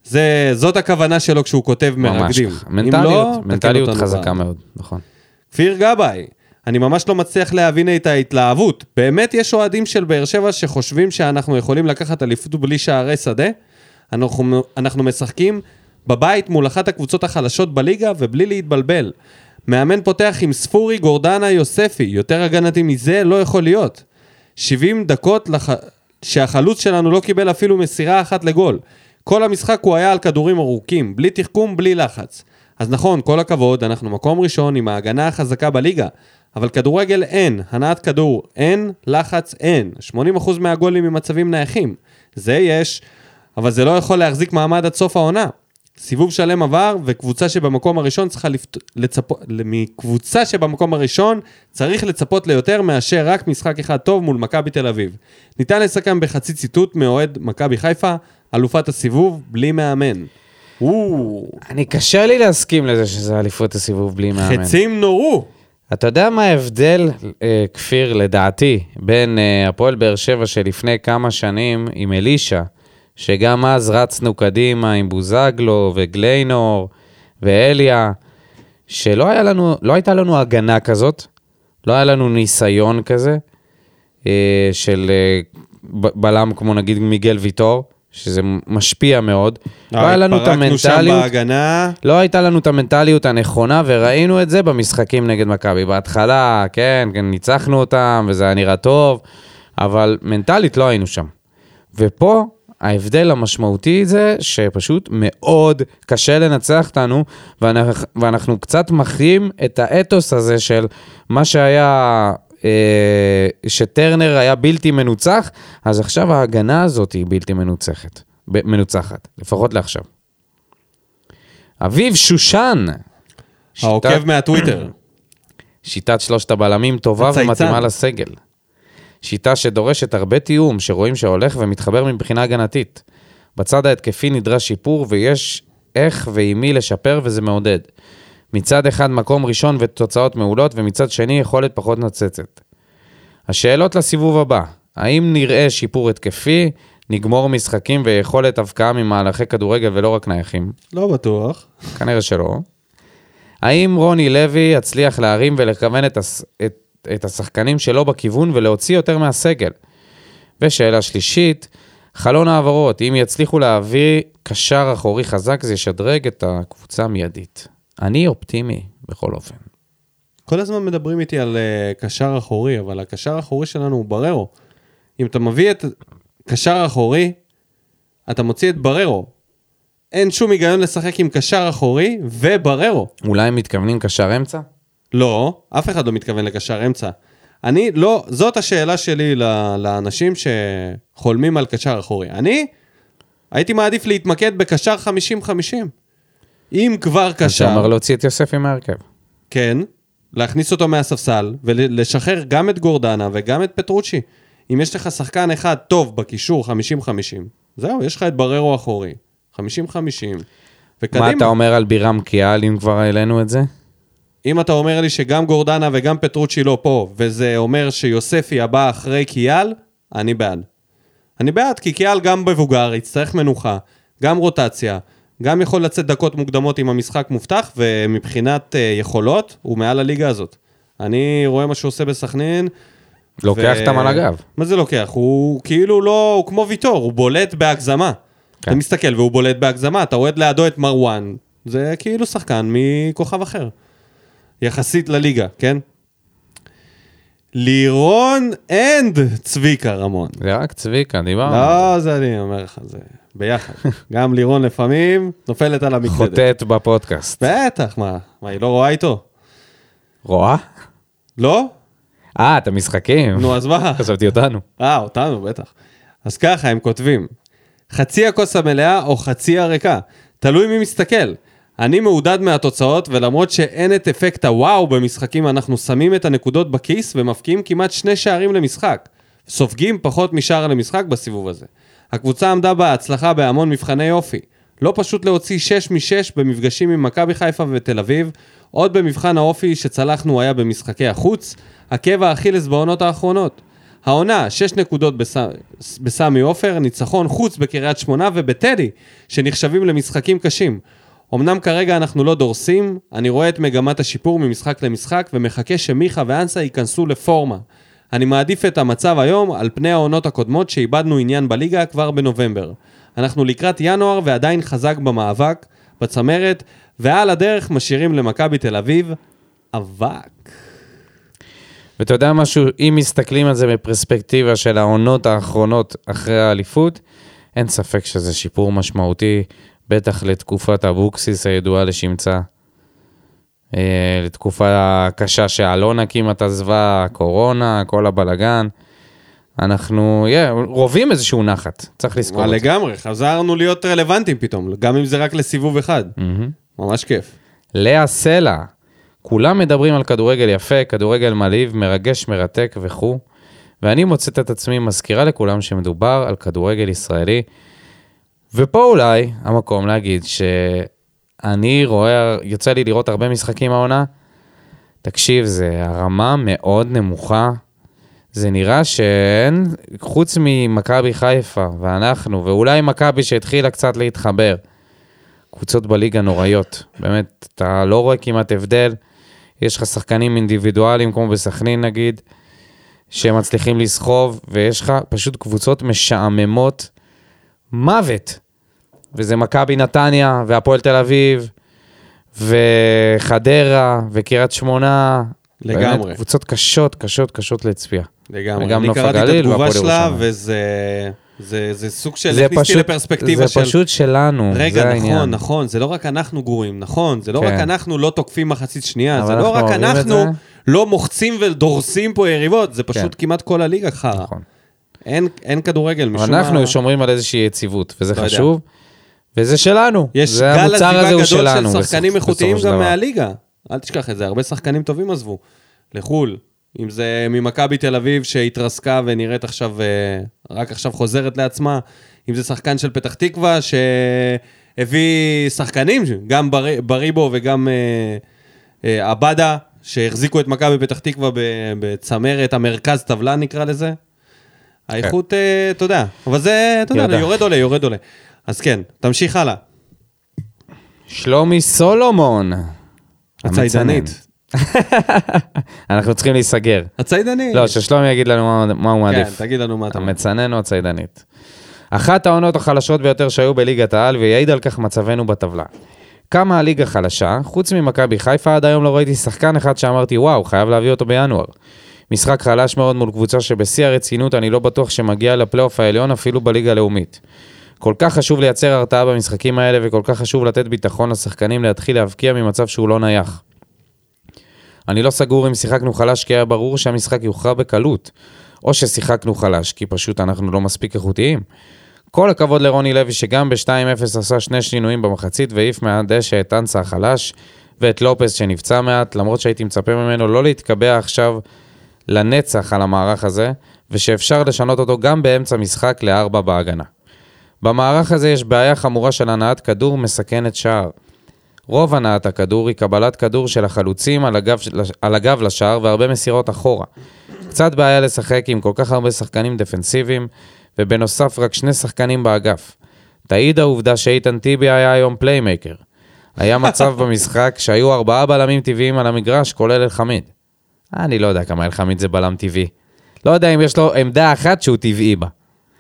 זאת הכוונה שלו כשהוא כותב מרקדים. מנטליות חזקה מאוד, נכון. כפיר גבאי, אני ממש לא מצליח להבין את ההתלהבות. באמת יש אוהדים של באר שבע שחושבים שאנחנו יכולים לקחת אליפות בלי שערי שדה? אנחנו משחקים בבית מול אחת הקבוצות החלשות בליגה ובלי להתבלבל. מאמן פותח עם ספורי, גורדנה, יוספי. יותר הגנתי מזה לא יכול להיות. 70 דקות שהחלוץ שלנו לא קיבל אפילו מסירה אחת לגול. כל המשחק הוא היה על כדורים ארוכים, בלי תחכום, בלי לחץ. אז נכון, כל הכבוד, אנחנו מקום ראשון עם ההגנה החזקה בליגה, אבל כדורגל אין, הנעת כדור אין, לחץ אין. 80% מהגולים ממצבים נייחים. זה יש, אבל זה לא יכול להחזיק מעמד עד סוף העונה. סיבוב שלם עבר, וקבוצה שבמקום הראשון מקבוצה שבמקום הראשון צריך לצפות ליותר מאשר רק משחק אחד טוב מול מכבי תל אביב. ניתן לסכם בחצי ציטוט מאוהד מכבי חיפה, אלופת הסיבוב בלי מאמן. אני קשה לי להסכים לזה שזה אליפות הסיבוב בלי מאמן. חצים נורו. אתה יודע מה ההבדל, כפיר, לדעתי, בין הפועל באר שבע שלפני כמה שנים עם אלישה, שגם אז רצנו קדימה עם בוזגלו וגליינור ואליה, שלא הייתה לנו הגנה כזאת, לא היה לנו ניסיון כזה, של בלם כמו נגיד מיגל ויטור, שזה משפיע מאוד. לא היה לנו את המנטליות, לא הייתה לנו את המנטליות הנכונה, וראינו את זה במשחקים נגד מכבי. בהתחלה, כן, ניצחנו אותם, וזה היה נראה טוב, אבל מנטלית לא היינו שם. ופה, ההבדל המשמעותי זה שפשוט מאוד קשה לנצח אותנו, ואנחנו קצת מכרים את האתוס הזה של מה שהיה, שטרנר היה בלתי מנוצח, אז עכשיו ההגנה הזאת היא בלתי מנוצחת, לפחות לעכשיו. אביב שושן. העוקב מהטוויטר. שיטת שלושת הבלמים טובה ומתאימה לסגל. שיטה שדורשת הרבה תיאום, שרואים שהולך ומתחבר מבחינה הגנתית. בצד ההתקפי נדרש שיפור, ויש איך ועם מי לשפר, וזה מעודד. מצד אחד מקום ראשון ותוצאות מעולות, ומצד שני יכולת פחות נצצת. השאלות לסיבוב הבא, האם נראה שיפור התקפי, נגמור משחקים ויכולת הבקעה ממהלכי כדורגל ולא רק נייחים? לא בטוח. כנראה שלא. האם רוני לוי יצליח להרים ולכוון את השחקנים שלו בכיוון ולהוציא יותר מהסגל? ושאלה שלישית, חלון העברות, אם יצליחו להביא קשר אחורי חזק, זה ישדרג את הקבוצה מיידית. אני אופטימי בכל אופן. כל הזמן מדברים איתי על קשר אחורי, אבל הקשר האחורי שלנו הוא בררו. אם אתה מביא את קשר אחורי, אתה מוציא את בררו. אין שום היגיון לשחק עם קשר אחורי ובררו. אולי הם מתכוונים קשר אמצע? לא, אף אחד לא מתכוון לקשר אמצע. אני לא, זאת השאלה שלי לאנשים שחולמים על קשר אחורי. אני הייתי מעדיף להתמקד בקשר 50-50. אם כבר קשר... אתה אומר להוציא את יוספי מהרכב. כן, להכניס אותו מהספסל, ולשחרר גם את גורדנה וגם את פטרוצ'י. אם יש לך שחקן אחד טוב בקישור 50-50, זהו, יש לך את בררו אחורי. 50-50. וקדימה. מה אתה אומר על בירם קיאל, אם כבר העלינו את זה? אם אתה אומר לי שגם גורדנה וגם פטרוצ'י לא פה, וזה אומר שיוספי הבא אחרי קיאל, אני בעד. אני בעד, כי קיאל גם מבוגר, יצטרך מנוחה, גם רוטציה, גם יכול לצאת דקות מוקדמות עם המשחק מובטח, ומבחינת יכולות, הוא מעל הליגה הזאת. אני רואה מה שהוא עושה בסכנין. לוקח אותם על הגב. מה זה לוקח? הוא כאילו לא, הוא כמו ויטור, הוא בולט בהגזמה. אתה מסתכל והוא בולט בהגזמה, אתה רואה לידו את מרואן, זה כאילו שחקן מכוכב אחר. יחסית לליגה, כן? לירון אנד צביקה רמון. זה רק צביקה, דיברנו. לא, זה אני אומר לך, זה ביחד. גם לירון לפעמים נופלת על המקלדת. חוטאת בפודקאסט. בטח, מה, היא לא רואה איתו? רואה? לא? את המשחקים. נו, אז מה? חשבתי אותנו. אותנו, בטח. אז ככה, הם כותבים, חצי הכוס המלאה או חצי הריקה, תלוי מי מסתכל. אני מעודד מהתוצאות, ולמרות שאין את אפקט הוואו במשחקים, אנחנו שמים את הנקודות בכיס, ומפקיעים כמעט 2 שערים למשחק. סופגים פחות משער למשחק בסיבוב הזה. הקבוצה עמדה בהצלחה בהמון מבחני אופי. לא פשוט להוציא 6 מ-6 במפגשים עם מכבי חיפה ותל אביב, עוד במבחן האופי שצלחנו היה במשחקי החוץ, עקב האכילס בעונות האחרונות. העונה, 6 נקודות בסמי עופר, ניצחון חוץ בקריית שמונה ובטדי, שנחשבים למשחקים קשים. אמנם כרגע אנחנו לא דורסים, אני רואה את מגמת השיפור ממשחק למשחק, ומחכה שמיכה ואנסה ייכנסו לפורמה. אני מעדיף את המצב היום על פני העונות הקודמות שאיבדנו עניין בליגה כבר בנובמבר. אנחנו לקראת ינואר ועדיין חזק במאבק, בצמרת, ועל הדרך משאירים למכבי תל אביב אבק. ואתה יודע משהו, אם מסתכלים על זה בפרספקטיבה של העונות האחרונות אחרי האליפות, אין ספק שזה שיפור משמעותי, בטח לתקופת אבוקסיס הידועה לשמצה. לתקופה קשה שאלונה כמעט עזבה, קורונה, כל הבלגן. אנחנו רובים איזשהו נחת, צריך לזכור. לגמרי, חזרנו להיות רלוונטיים פתאום, גם אם זה רק לסיבוב אחד. ממש כיף. לאה סלע, כולם מדברים על כדורגל יפה, כדורגל מלהיב, מרגש, מרתק וכו'. ואני מוצאת את עצמי מזכירה לכולם שמדובר על כדורגל ישראלי. ופה אולי המקום להגיד שאני רואה, יוצא לי לראות הרבה משחקים העונה. תקשיב, זה הרמה מאוד נמוכה. זה נראה שאין, חוץ ממכבי חיפה ואנחנו, ואולי מכבי שהתחילה קצת להתחבר, קבוצות בליגה נוראיות. באמת, אתה לא רואה כמעט הבדל. יש לך שחקנים אינדיבידואליים, כמו בסכנין נגיד, שמצליחים לסחוב, ויש לך פשוט קבוצות משעממות מוות. וזה מכבי נתניה, והפועל תל אביב, וחדרה, וקריית שמונה. לגמרי. באמת קבוצות קשות, קשות, קשות להצפיע. לגמרי. אני קראתי את התגובה שלה, וזה סוג של הכניסתי לפרספקטיבה של... זה פשוט שלנו, רגע, נכון, זה לא רק אנחנו גרועים, נכון, זה לא רק אנחנו לא תוקפים מחצית שנייה, זה לא רק אנחנו לא מוחצים ודורסים פה יריבות, זה פשוט כמעט כל הליגה חרה. אין כדורגל משום מה... אנחנו שומרים על איזושהי יציבות, וזה חשוב, וזה שלנו. יש גל עזיבה גדול של שחקנים איכותיים גם מהליגה. אל תשכח את זה, הרבה שחקנים טובים עזבו לחול. אם זה ממכבי תל אביב שהתרסקה ונראית עכשיו, רק עכשיו חוזרת לעצמה, אם זה שחקן של פתח תקווה שהביא שחקנים, גם בריבו וגם אבדה, שהחזיקו את מכבי פתח תקווה בצמרת, המרכז טבלה נקרא לזה. האיכות, אתה יודע, אבל זה, אתה יודע, יורד עולה. אז כן, תמשיך הלאה. שלומי סולומון. הציידנית. אנחנו צריכים להיסגר. הציידנית. לא, ששלומי יגיד לנו מה הוא מעדיף. כן, תגיד לנו מה אתה... המצנן או הציידנית. אחת העונות החלשות ביותר שהיו בליגת העל, ויעיד על כך מצבנו בטבלה. כמה הליגה חלשה, חוץ ממכבי חיפה, עד היום לא ראיתי שחקן אחד שאמרתי, וואו, חייב להביא אותו בינואר. משחק חלש מאוד מול קבוצה שבשיא הרצינות אני לא בטוח שמגיע לפלייאוף העליון אפילו בליגה הלאומית. כל כך חשוב לייצר הרתעה במשחקים האלה, וכל כך חשוב לתת ביטחון לשחקנים להתחיל להבקיע ממצב שהוא לא נייח. אני לא סגור אם שיחקנו חלש, כי היה ברור שהמשחק יוכרע בקלות, או ששיחקנו חלש, כי פשוט אנחנו לא מספיק איכותיים. כל הכבוד לרוני לוי שגם ב-2-0 עשה 2 שינויים במחצית, והעיף מהדשא את אנסה החלש, ואת לופס שנפצע מעט, למרות שהייתי מצפה ממנו לא להתקבע עכשיו לנצח על המערך הזה, ושאפשר לשנות אותו גם באמצע משחק ל4 בהגנה. במערך הזה יש בעיה חמורה של הנעת כדור מסכנת שער. רוב הנעת הכדור היא קבלת כדור של החלוצים על הגב לשער והרבה מסירות אחורה. קצת בעיה לשחק עם כל כך הרבה שחקנים דפנסיביים, ובנוסף רק 2 שחקנים באגף. תעיד העובדה שאיתן טיבי היה היום פליימייקר. היה מצב במשחק שהיו 4 בלמים טבעיים על המגרש, כולל אלחמיד. אני לא יודע כמה אלחמיד זה בלם טבעי. לא יודע אם יש לו עמדה אחת שהוא טבעי בה.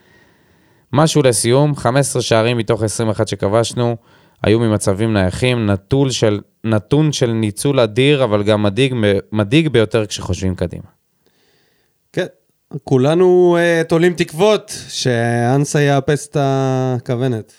משהו לסיום, 15 שערים מתוך 21 שכבשנו, היו ממצבים נייחים, נתון של ניצול אדיר, אבל גם מדאיג ביותר כשחושבים קדימה. כן, כולנו תולים תקוות שאנסה יאפס את הכוונת.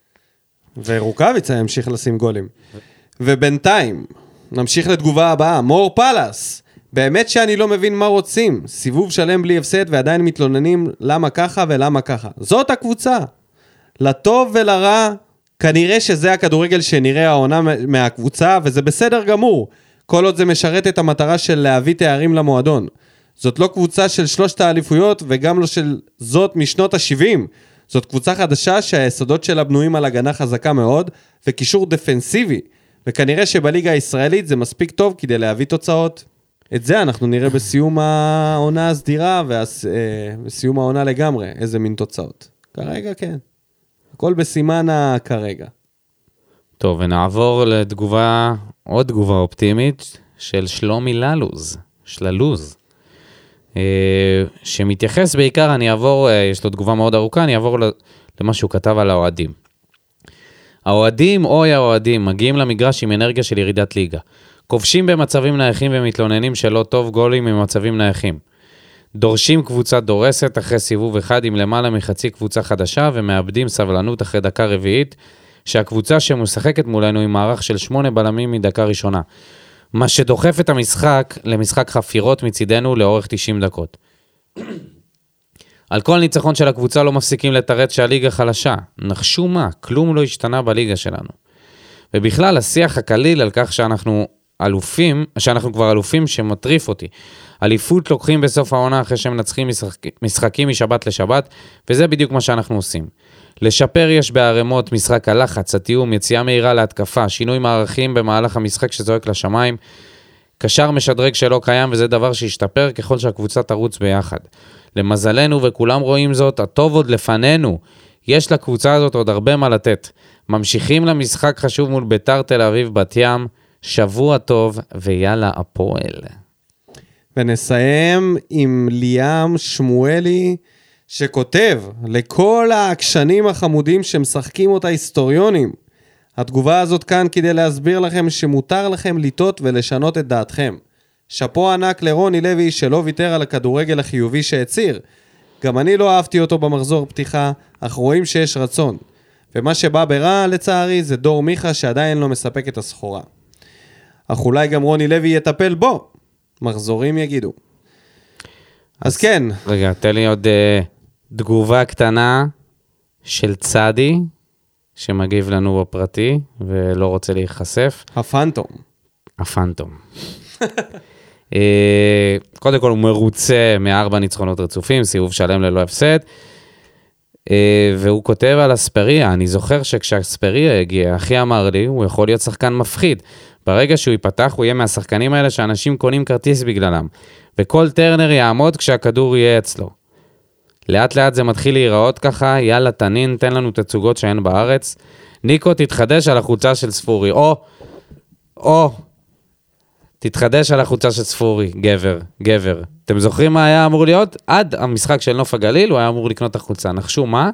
ורוקביצה ימשיך לשים גולים. ובינתיים, נמשיך לתגובה הבאה, מור פלס. באמת שאני לא מבין מה רוצים. סיבוב שלם בלי הפסד ועדיין מתלוננים למה ככה ולמה ככה. זאת הקבוצה. לטוב ולרע, כנראה שזה הכדורגל שנראה העונה מהקבוצה, וזה בסדר גמור. כל עוד זה משרת את המטרה של להביא תארים למועדון. זאת לא קבוצה של 3 האליפויות, וגם לא של זאת משנות ה-70. זאת קבוצה חדשה שהיסודות שלה בנויים על הגנה חזקה מאוד, וקישור דפנסיבי. וכנראה שבליגה הישראלית זה מספיק טוב כדי להביא תוצאות. את זה אנחנו נראה בסיום העונה הסדירה, ובסיום העונה לגמרי, איזה מין תוצאות. כרגע כן. הכל בסימן כרגע. טוב, ונעבור לתגובה, עוד תגובה אופטימית, של שלומי שללוז, שמתייחס בעיקר, אני אעבור, יש לו תגובה מאוד ארוכה, אני אעבור למה שהוא כתב על האוהדים. האוהדים מגיעים למגרש עם אנרגיה של ירידת ליגה. כובשים במצבים נייחים ומתלוננים שלא טוב גולים במצבים נייחים. דורשים קבוצה דורסת אחרי סיבוב אחד עם למעלה מחצי קבוצה חדשה, ומאבדים סבלנות אחרי דקה רביעית, שהקבוצה שמשחקת מולנו היא מערך של 8 בלמים מדקה ראשונה. מה שדוחף את המשחק למשחק חפירות מצידנו לאורך 90 דקות. על כל ניצחון של הקבוצה לא מפסיקים לתרץ שהליגה חלשה. נחשו מה, כלום לא השתנה בליגה שלנו. ובכלל, השיח הקליל על כך שאנחנו כבר אלופים שמטריף אותי. אליפות לוקחים בסוף העונה אחרי שהם מנצחים משחקים משבת לשבת, וזה בדיוק מה שאנחנו עושים. לשפר יש בערימות משחק הלחץ, התיאום, יציאה מהירה להתקפה, שינוי מערכים במהלך המשחק שזועק לשמיים, קשר משדרג שלא קיים, וזה דבר שישתפר ככל שהקבוצה תרוץ ביחד. למזלנו, וכולם רואים זאת, הטוב עוד לפנינו. יש לקבוצה הזאת עוד הרבה מה לתת. ממשיכים למשחק חשוב מול ביתר תל אביב בת ים, שבוע טוב ויאללה הפועל. ונסיים עם ליאם שמואלי, שכותב לכל העקשנים החמודים שמשחקים אותה היסטוריונים. התגובה הזאת כאן כדי להסביר לכם שמותר לכם לטעות ולשנות את דעתכם. שפו ענק לרוני לוי שלא ויתר על הכדורגל החיובי שהציר. גם אני לא אהבתי אותו במחזור פתיחה, אך רואים שיש רצון. ומה שבא ברע לצערי זה דור מיכה שעדיין לא מספק את הסחורה. אך אולי גם רוני לוי יטפל בו. מחזורים יגידו. אז כן. רגע, תן לי עוד תגובה קטנה של צדי, שמגיב לנו בפרטי, ולא רוצה להיחשף. הפנטום. קודם כל הוא מרוצה מ4 ניצחונות רצופים, סיבוב שלם ללא הפסד, והוא כותב על אספריה. אני זוכר שכשאספריה הגיע, אחי אמר לי, הוא יכול להיות שחקן מפחיד. ברגע שהוא ייפתח, הוא יהיה מהשחקנים האלה שאנשים קונים כרטיס בגללם. וכל טרנר יעמוד כשהכדור יהיה אצלו. לאט לאט זה מתחיל להיראות ככה, יאללה תנין, תן לנו תצוגות שאין בארץ. ניקו תתחדש על החוצה של ספורי, תתחדש על החוצה של ספורי, גבר. אתם זוכרים מה היה אמור להיות? עד המשחק של נוף הגליל, הוא היה אמור לקנות את החוצה. נחשו מה?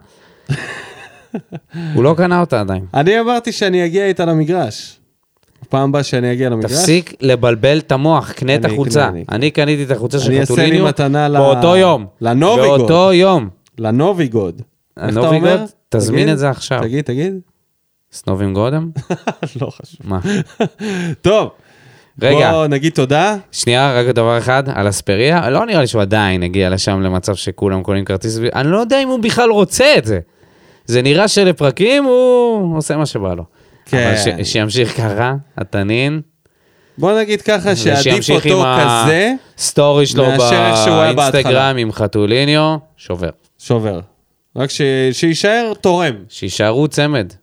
הוא לא קנה אותה עדיין. אני אמרתי שאני אגיע איתה למגרש. הפעם הבאה שאני אגיע למגרש. תפסיק לבלבל את המוח, קנה את החוצה. אני קניתי את החוצה של חתוליניו. אני אעשה לי מתנה באותו יום. לנוביגוד. באותו יום. לנוביגוד. הנוביגוד? תזמין את זה עכשיו. תגיד. סנובים גודם? לא חשוב. מה? טוב. רגע. בוא נגיד תודה. שנייה, רק דבר אחד, על אספריה. לא נראה לי שהוא עדיין הגיע לשם למצב שכולם קונים כרטיס. אני לא יודע אם הוא בכלל רוצה את זה. זה נראה שלפרקים הוא עושה מה שבא לו. כן. אבל שימשיך ככה, התנין. בוא נגיד ככה שעדיף אותו כזה. סטורי שלו באינסטגרם עם חתוליניו, שובר. רק שישאר תורם. שישארו צמד.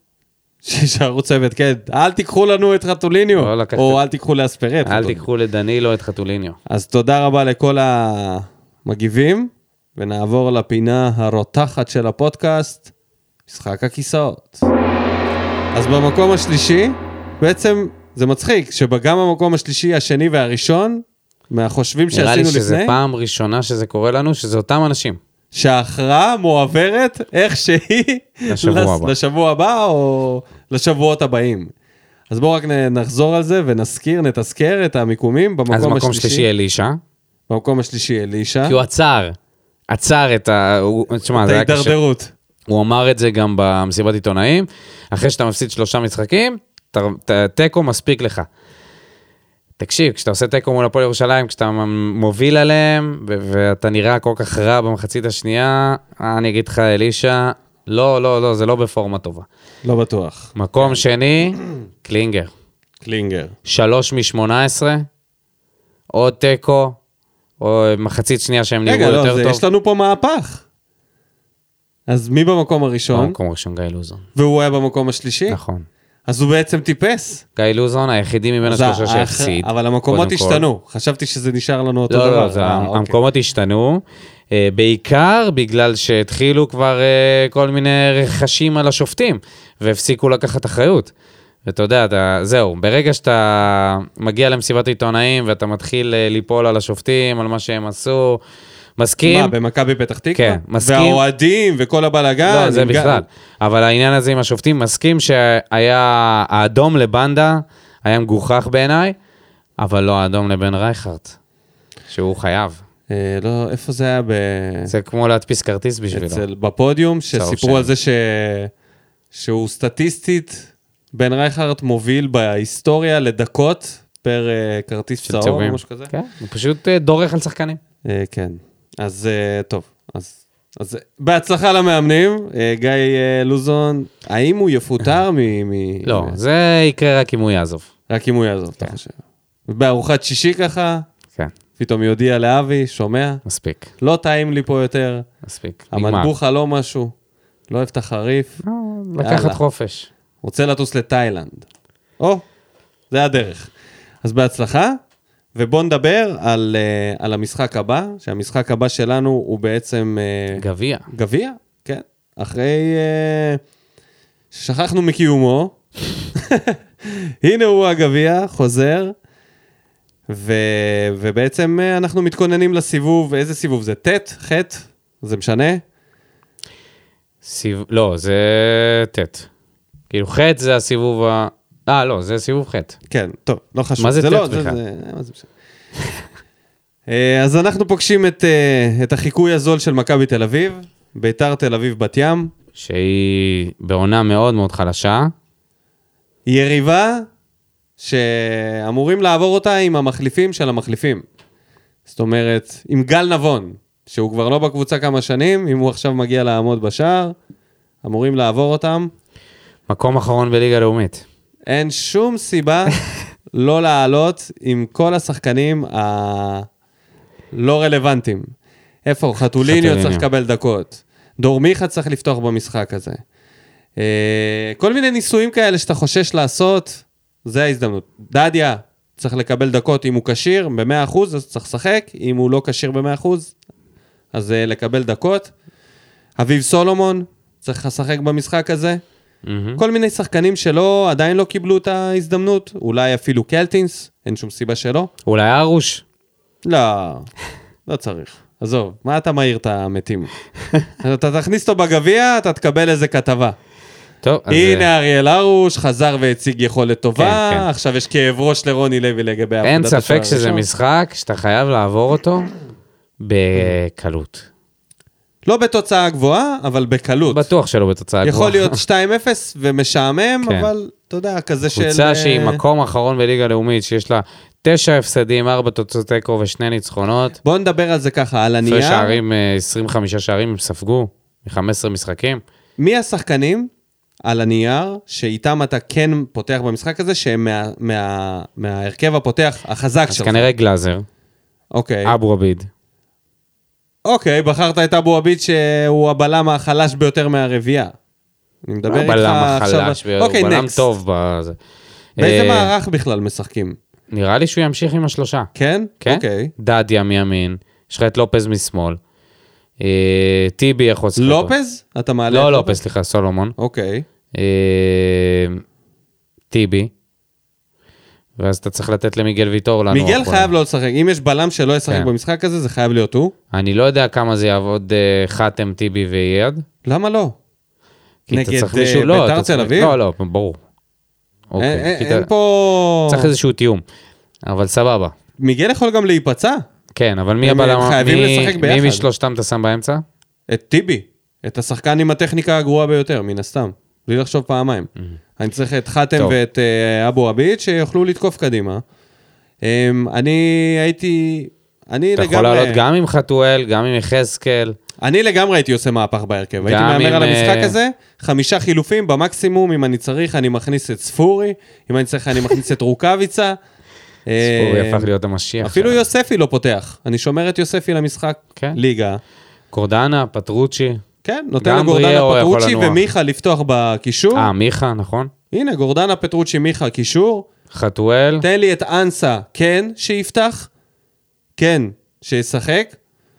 כן. אל תיקחו לנו את חתוליניו, או אל תיקחו לאספרט. אל תיקחו לדנילו את חתוליניו. אז תודה רבה לכל המגיבים, ונעבור לפינה הרותחת של הפודקאסט, משחק הכיסאות. אז במקום השלישי, בעצם זה מצחיק, שגם במקום השלישי, השני והראשון, מהחושבים שעשינו לפני. נראה לי שזה פעם ראשונה שזה קורה לנו, שזה אותם אנשים. שההכרעה מועברת איך שהיא לשבוע הבא או לשבועות הבאים. אז בואו רק נחזור על זה ונתזכר את המיקומים. אז במקום שלישי אלישה. במקום השלישי אלישה. כי הוא עצר את ההידרדרות. הוא אמר את זה גם במסיבת עיתונאים, אחרי שאתה מפסיד 3 משחקים, טקו מספיק לך. תקשיב, כשאתה עושה טקו מול הפועל ירושלים, כשאתה מוביל עליהם, ואתה נראה כל כך רע במחצית השנייה, אני אגיד לך, אלישה, לא, זה לא בפורמה טובה. לא בטוח. מקום שני, קלינגר. 3 מ-18, עוד טקו, או מחצית שנייה שהם נראו יותר טוב. יש לנו פה מהפך. אז מי במקום הראשון? במקום הראשון, גיא לוזון. והוא היה במקום השלישי? נכון. אז הוא בעצם טיפס. גיא לוזון, היחידי מבין השלושה שהפסיד. אבל המקומות השתנו. חשבתי שזה נשאר לנו אותו דבר. לא, המקומות השתנו. בעיקר בגלל שהתחילו כבר כל מיני רכשים על השופטים, והפסיקו לקחת אחריות. ואתה יודע, זהו, ברגע שאתה מגיע למסיבת עיתונאים, ואתה מתחיל ליפול על השופטים, על מה שהם עשו, מסכים. מה, במכבי פתח תקווה? כן, מסכים. והאוהדים וכל הבלגן. לא, זה בכלל. אבל העניין הזה עם השופטים, מסכים שהיה האדום לבנדה, היה מגוחך בעיניי, אבל לא האדום לבן רייכרט, שהוא חייב. לא, איפה זה היה? זה כמו להדפיס כרטיס בשבילו. בפודיום, שסיפרו על זה שהוא סטטיסטית, בן רייכרט מוביל בהיסטוריה לדקות פר כרטיס צהוב או משהו כזה. כן, הוא פשוט דורך על שחקנים. כן, אז טוב. אז בהצלחה למאמנים, גיא לוזון, האם הוא יפוטר לא, זה יקרה רק אם הוא יעזוב. רק אם הוא יעזוב, אתה חושב. בארוחת שישי ככה, כן. פתאום יודיע לאבי, שומע? מספיק. לא טעים לי פה יותר. מספיק. המטבוחה לא משהו. לא אוהב את החריף. לקחת חופש. רוצה לטוס לתאילנד. זה הדרך. אז בהצלחה, ובוא נדבר על המשחק הבא, שהמשחק הבא שלנו הוא בעצם... גביע. גביע, כן. אחרי ששכחנו מקיומו, הנה הוא הגביע, חוזר, ובעצם אנחנו מתכוננים לסיבוב, איזה סיבוב זה? ט', ח', זה משנה? לא, זה ט'. כאילו ח' זה הסיבוב לא, זה סיבוב ח'. כן, טוב, לא חשוב. מה זה ט' בכלל? אז אנחנו פוגשים את החיקוי הזול של מכבי תל אביב, ביתר תל אביב בת ים. שהיא בעונה מאוד מאוד חלשה. יריבה שאמורים לעבור אותה עם המחליפים של המחליפים. זאת אומרת, עם גל נבון, שהוא כבר לא בקבוצה כמה שנים, אם הוא עכשיו מגיע לעמוד בשער, אמורים לעבור אותם. מקום אחרון בליגה לאומית. אין שום סיבה לא לעלות עם כל השחקנים הלא רלוונטיים. איפה? חתוליניו צריך לקבל דקות. דורמיכה צריך לפתוח במשחק הזה. כל מיני ניסויים כאלה שאתה חושש לעשות, זה ההזדמנות. דדיה צריך לקבל דקות אם הוא קשיר, ב-100%, אז צריך לשחק. אם הוא לא קשיר ב-100%, אז לקבל דקות. אביב סולומון צריך לשחק במשחק הזה. כל מיני שחקנים שלא, עדיין לא קיבלו את ההזדמנות, אולי אפילו קלטינס, אין שום סיבה שלא. אולי ארוש. לא, לא צריך. עזוב, מה אתה מהיר את המתים? אתה תכניס אותו בגביע, אתה תקבל איזה כתבה. טוב, הנה אריאל ארוש, חזר והציג יכולת טובה, עכשיו יש כאב ראש לרוני לוי לגבי עבודת אין ספק שזה משחק שאתה חייב לעבור אותו בקלות. לא בתוצאה גבוהה, אבל בקלות. בטוח שלא בתוצאה גבוהה. יכול להיות 2-0 ומשעמם, אבל אתה יודע, כזה של... קבוצה שהיא מקום אחרון בליגה לאומית, שיש לה 9 הפסדים, 4 תוצאות תיקו ו2 ניצחונות. בואו נדבר על זה ככה, על הנייר. שערים, 25 שערים הם ספגו, מ-15 משחקים. מי השחקנים על הנייר, שאיתם אתה כן פותח במשחק הזה, שהם מההרכב הפותח החזק שלך? אז כנראה גלאזר. אוקיי. אבו עביד. אוקיי, בחרת את אבו עביד שהוא הבלם החלש ביותר מהרביעייה. אני מדבר איתך עכשיו... הוא בלם טוב בזה. באיזה מערך בכלל משחקים? נראה לי שהוא ימשיך עם השלושה. כן? כן? אוקיי. דדיה מימין, יש לך את לופז משמאל. טיבי יכול לשחק. לופז? אתה מעלה? לא לופז, סליחה, סולומון. אוקיי. טיבי. ואז אתה צריך לתת למיגל ויטור לנוח. מיגל חייב לא לשחק. אם יש בלם שלא ישחק במשחק הזה, זה חייב להיות הוא. אני לא יודע כמה זה יעבוד חתם, טיבי וייד. למה לא? נגד ביתר תל אביב? לא, ברור. אין פה... צריך איזשהו תיאום. אבל סבבה. מיגל יכול גם להיפצע. כן, אבל מי הבלם? חייבים לשחק ביחד. מי משלושתם אתה שם באמצע? את טיבי. את השחקן עם הטכניקה הגרועה ביותר, מן הסתם. בלי לחשוב פעמיים. אני צריך את חתם ואת אבו עביד, שיוכלו לתקוף קדימה. אני הייתי... אתה יכול לעלות גם עם חתואל, גם עם יחזקאל. אני לגמרי הייתי עושה מהפך בהרכב. הייתי מאמר על המשחק הזה, 5 חילופים, במקסימום, אם אני צריך, אני מכניס את ספורי, אם אני צריך, אני מכניס את רוקביצה. ספורי הפך להיות המשיח. אפילו יוספי לא פותח. אני שומר את יוספי למשחק ליגה. קורדנה, פטרוצ'י. כן, נותן לגורדנה פטרוצ'י ומיכה לפתוח בקישור. מיכה, נכון. הנה, גורדנה פטרוצ'י מיכה, קישור. חתואל. תן לי את אנסה, כן, שיפתח. כן, שישחק.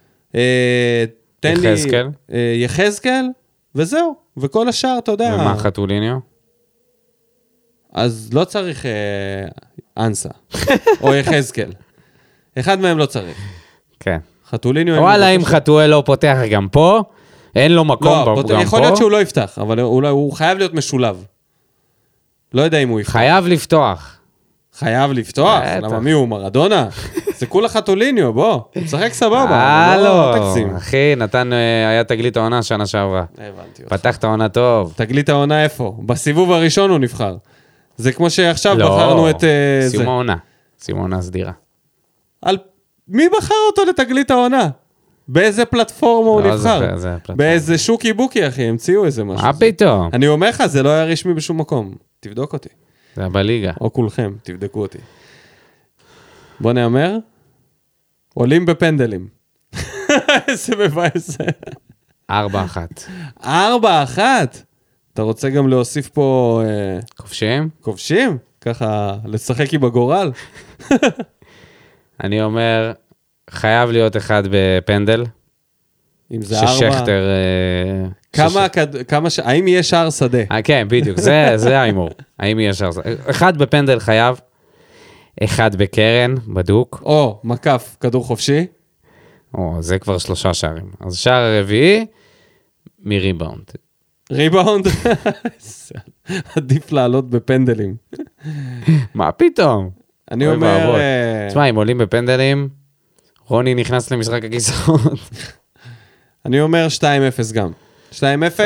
תן לי... יחזקאל. יחזקאל, וזהו. וכל השאר, אתה יודע. ומה חתוליניו? אז לא צריך אנסה. או יחזקאל. אחד מהם לא צריך. כן. חתוליניו... וואלה, אם חתואל לא פותח גם פה, אין לו מקום גם פה. יכול להיות שהוא לא יפתח, אבל הוא חייב להיות משולב. לא יודע אם הוא יפתח. חייב לפתוח. חייב לפתוח? למה מי הוא? מרדונה? זה כולה חתוליניו, בוא. משחק סבבה. לא, אחי, נתן, היה תגלית העונה שנה שעברה. הבנתי אותך. פתח את העונה טוב. תגלית העונה איפה? בסיבוב הראשון הוא נבחר. זה כמו שעכשיו בחרנו את... סיום העונה. סיום העונה סדירה. מי בחר אותו לתגלית העונה? באיזה פלטפורמה הוא נבחר? באיזה שוקי בוקי, אחי, המציאו איזה משהו. מה פתאום? אני אומר לך, זה לא היה רשמי בשום מקום. תבדוק אותי. זה בליגה. או כולכם, תבדקו אותי. בוא נאמר, עולים בפנדלים. איזה מבאס. 4-1. 4-1? אתה רוצה גם להוסיף פה... כובשים? כובשים? ככה, לשחק עם הגורל? אני אומר, חייב להיות אחד בפנדל. אם זה 4... ששכטר... האם יהיה שער שדה? כן, בדיוק, זה האימור. האם יהיה שער שדה? אחד בפנדל חייב, אחד בקרן, בדוק. או, מקף, כדור חופשי. או, זה כבר 3 שערים. אז שער הרביעי, מריבאונד. ריבאונד? עדיף לעלות בפנדלים. מה פתאום? אני אומר... תשמע, אם עולים בפנדלים, רוני נכנס למשחק הכיסאות. אני אומר 2-0 גם. 2-0,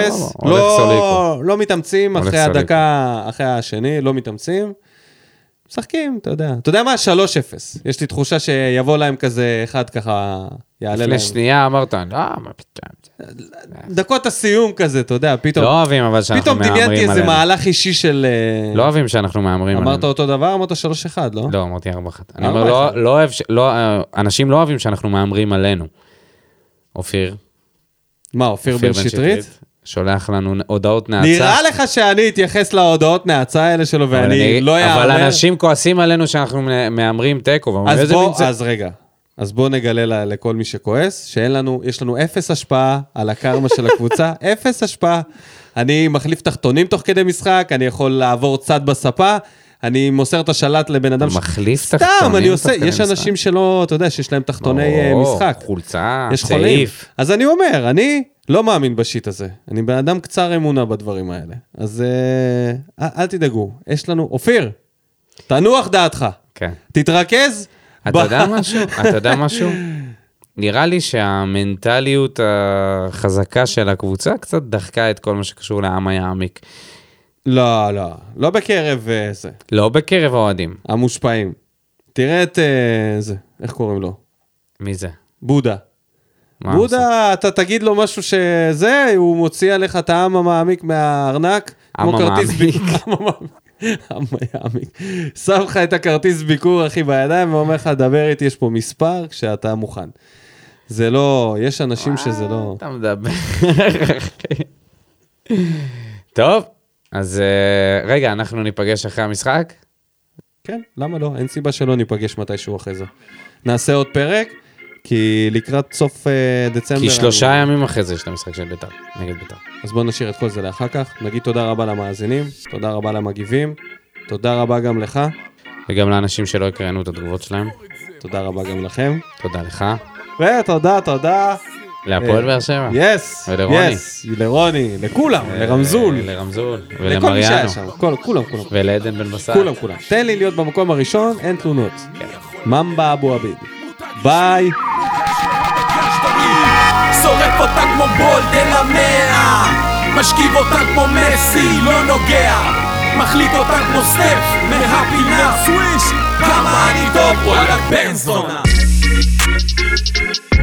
לא מתאמצים אחרי הדקה, אחרי השני, לא מתאמצים. משחקים, אתה יודע. אתה יודע מה? 3-0. יש לי תחושה שיבוא להם כזה אחד ככה, יעלה להם. לפני שנייה אמרת, מה פתאום? דקות הסיום כזה, אתה יודע, פתאום... לא אוהבים אבל שאנחנו מאמרים עלינו. פתאום דמיינתי איזה מהלך אישי של... לא אוהבים שאנחנו מאמרים עלינו. אמרת אותו דבר? אמרת 3-1, לא? לא, אמרתי 4-1. אני אומר, אנשים לא אוהבים שאנחנו מאמרים עלינו. אופיר. מה, אופיר בן שטרית? שולח לנו הודעות נאצה. נראה לך שאני אתייחס להודעות נאצה האלה שלו ואני לא יאמר. אבל אנשים כועסים עלינו שאנחנו מאמרים טקו. אז רגע, אז בוא נגלה לכל מי שכועס, שיש לנו 0 השפעה על הקרמה של הקבוצה, 0 השפעה. אני מחליף תחתונים תוך כדי משחק, אני יכול לעבור צד בספה, אני מוסר את השלט לבן אדם מחליף תחתונים תוך כדי משחק. יש אנשים שלא, אתה יודע, שיש להם תחתוני משחק. חולצה, סעיף. אז אני אומר, אני לא מאמין בשיט הזה. אני בן אדם קצר אמונה בדברים האלה. אז אל תדאגו. יש לנו, אופיר, תנוח דעתך. כן. תתרכז. אתה יודע משהו? נראה לי שהמנטליות החזקה של הקבוצה קצת דחקה את כל מה שקשור לעם היעמיק. לא בקרב זה. לא בקרב האוהדים. המושפעים. תראה את זה, איך קוראים לו? מי זה? בודה. בודה, אתה תגיד לו משהו שזה, הוא מוציא עליך את העם המעמיק מהארנק. העם המעמיק. העם המעמיק. שם לך את הכרטיס ביקור, אחי, בידיים, ואומר לך, דבר איתי, יש פה מספר, כשאתה מוכן. זה לא, יש אנשים שזה לא... אתה מדבר. טוב. אז רגע, אנחנו ניפגש אחרי המשחק? כן, למה לא? אין סיבה שלא ניפגש מתישהו אחרי זה. נעשה עוד פרק, כי לקראת סוף דצמבר... כי 3 ימים אחרי זה יש למשחק של בית"ר, נגד בית"ר. אז בואו נשאיר את כל זה לאחר כך. נגיד תודה רבה למאזינים, תודה רבה למגיבים, תודה רבה גם לך. וגם לאנשים שלא יקראנו את התגובות שלהם. תודה רבה גם לכם. תודה לך. תודה. להפועל באר שבע. יס, לרוני, לכולם, לרמזול. ולמריאנו. לכל מי שהיה שם, כולם. ולעדן בן בסט. כולם. תן לי להיות במקום הראשון, אין תלונות. ממבה אבו עביד. ביי. שורף אותה כמו בולדן המאה, משכיב אותה כמו מסי, לא נוגע, מחליט אותה כמו סטף, מהפינה סוויש, כמה אני טוב, וואלה בן זונה.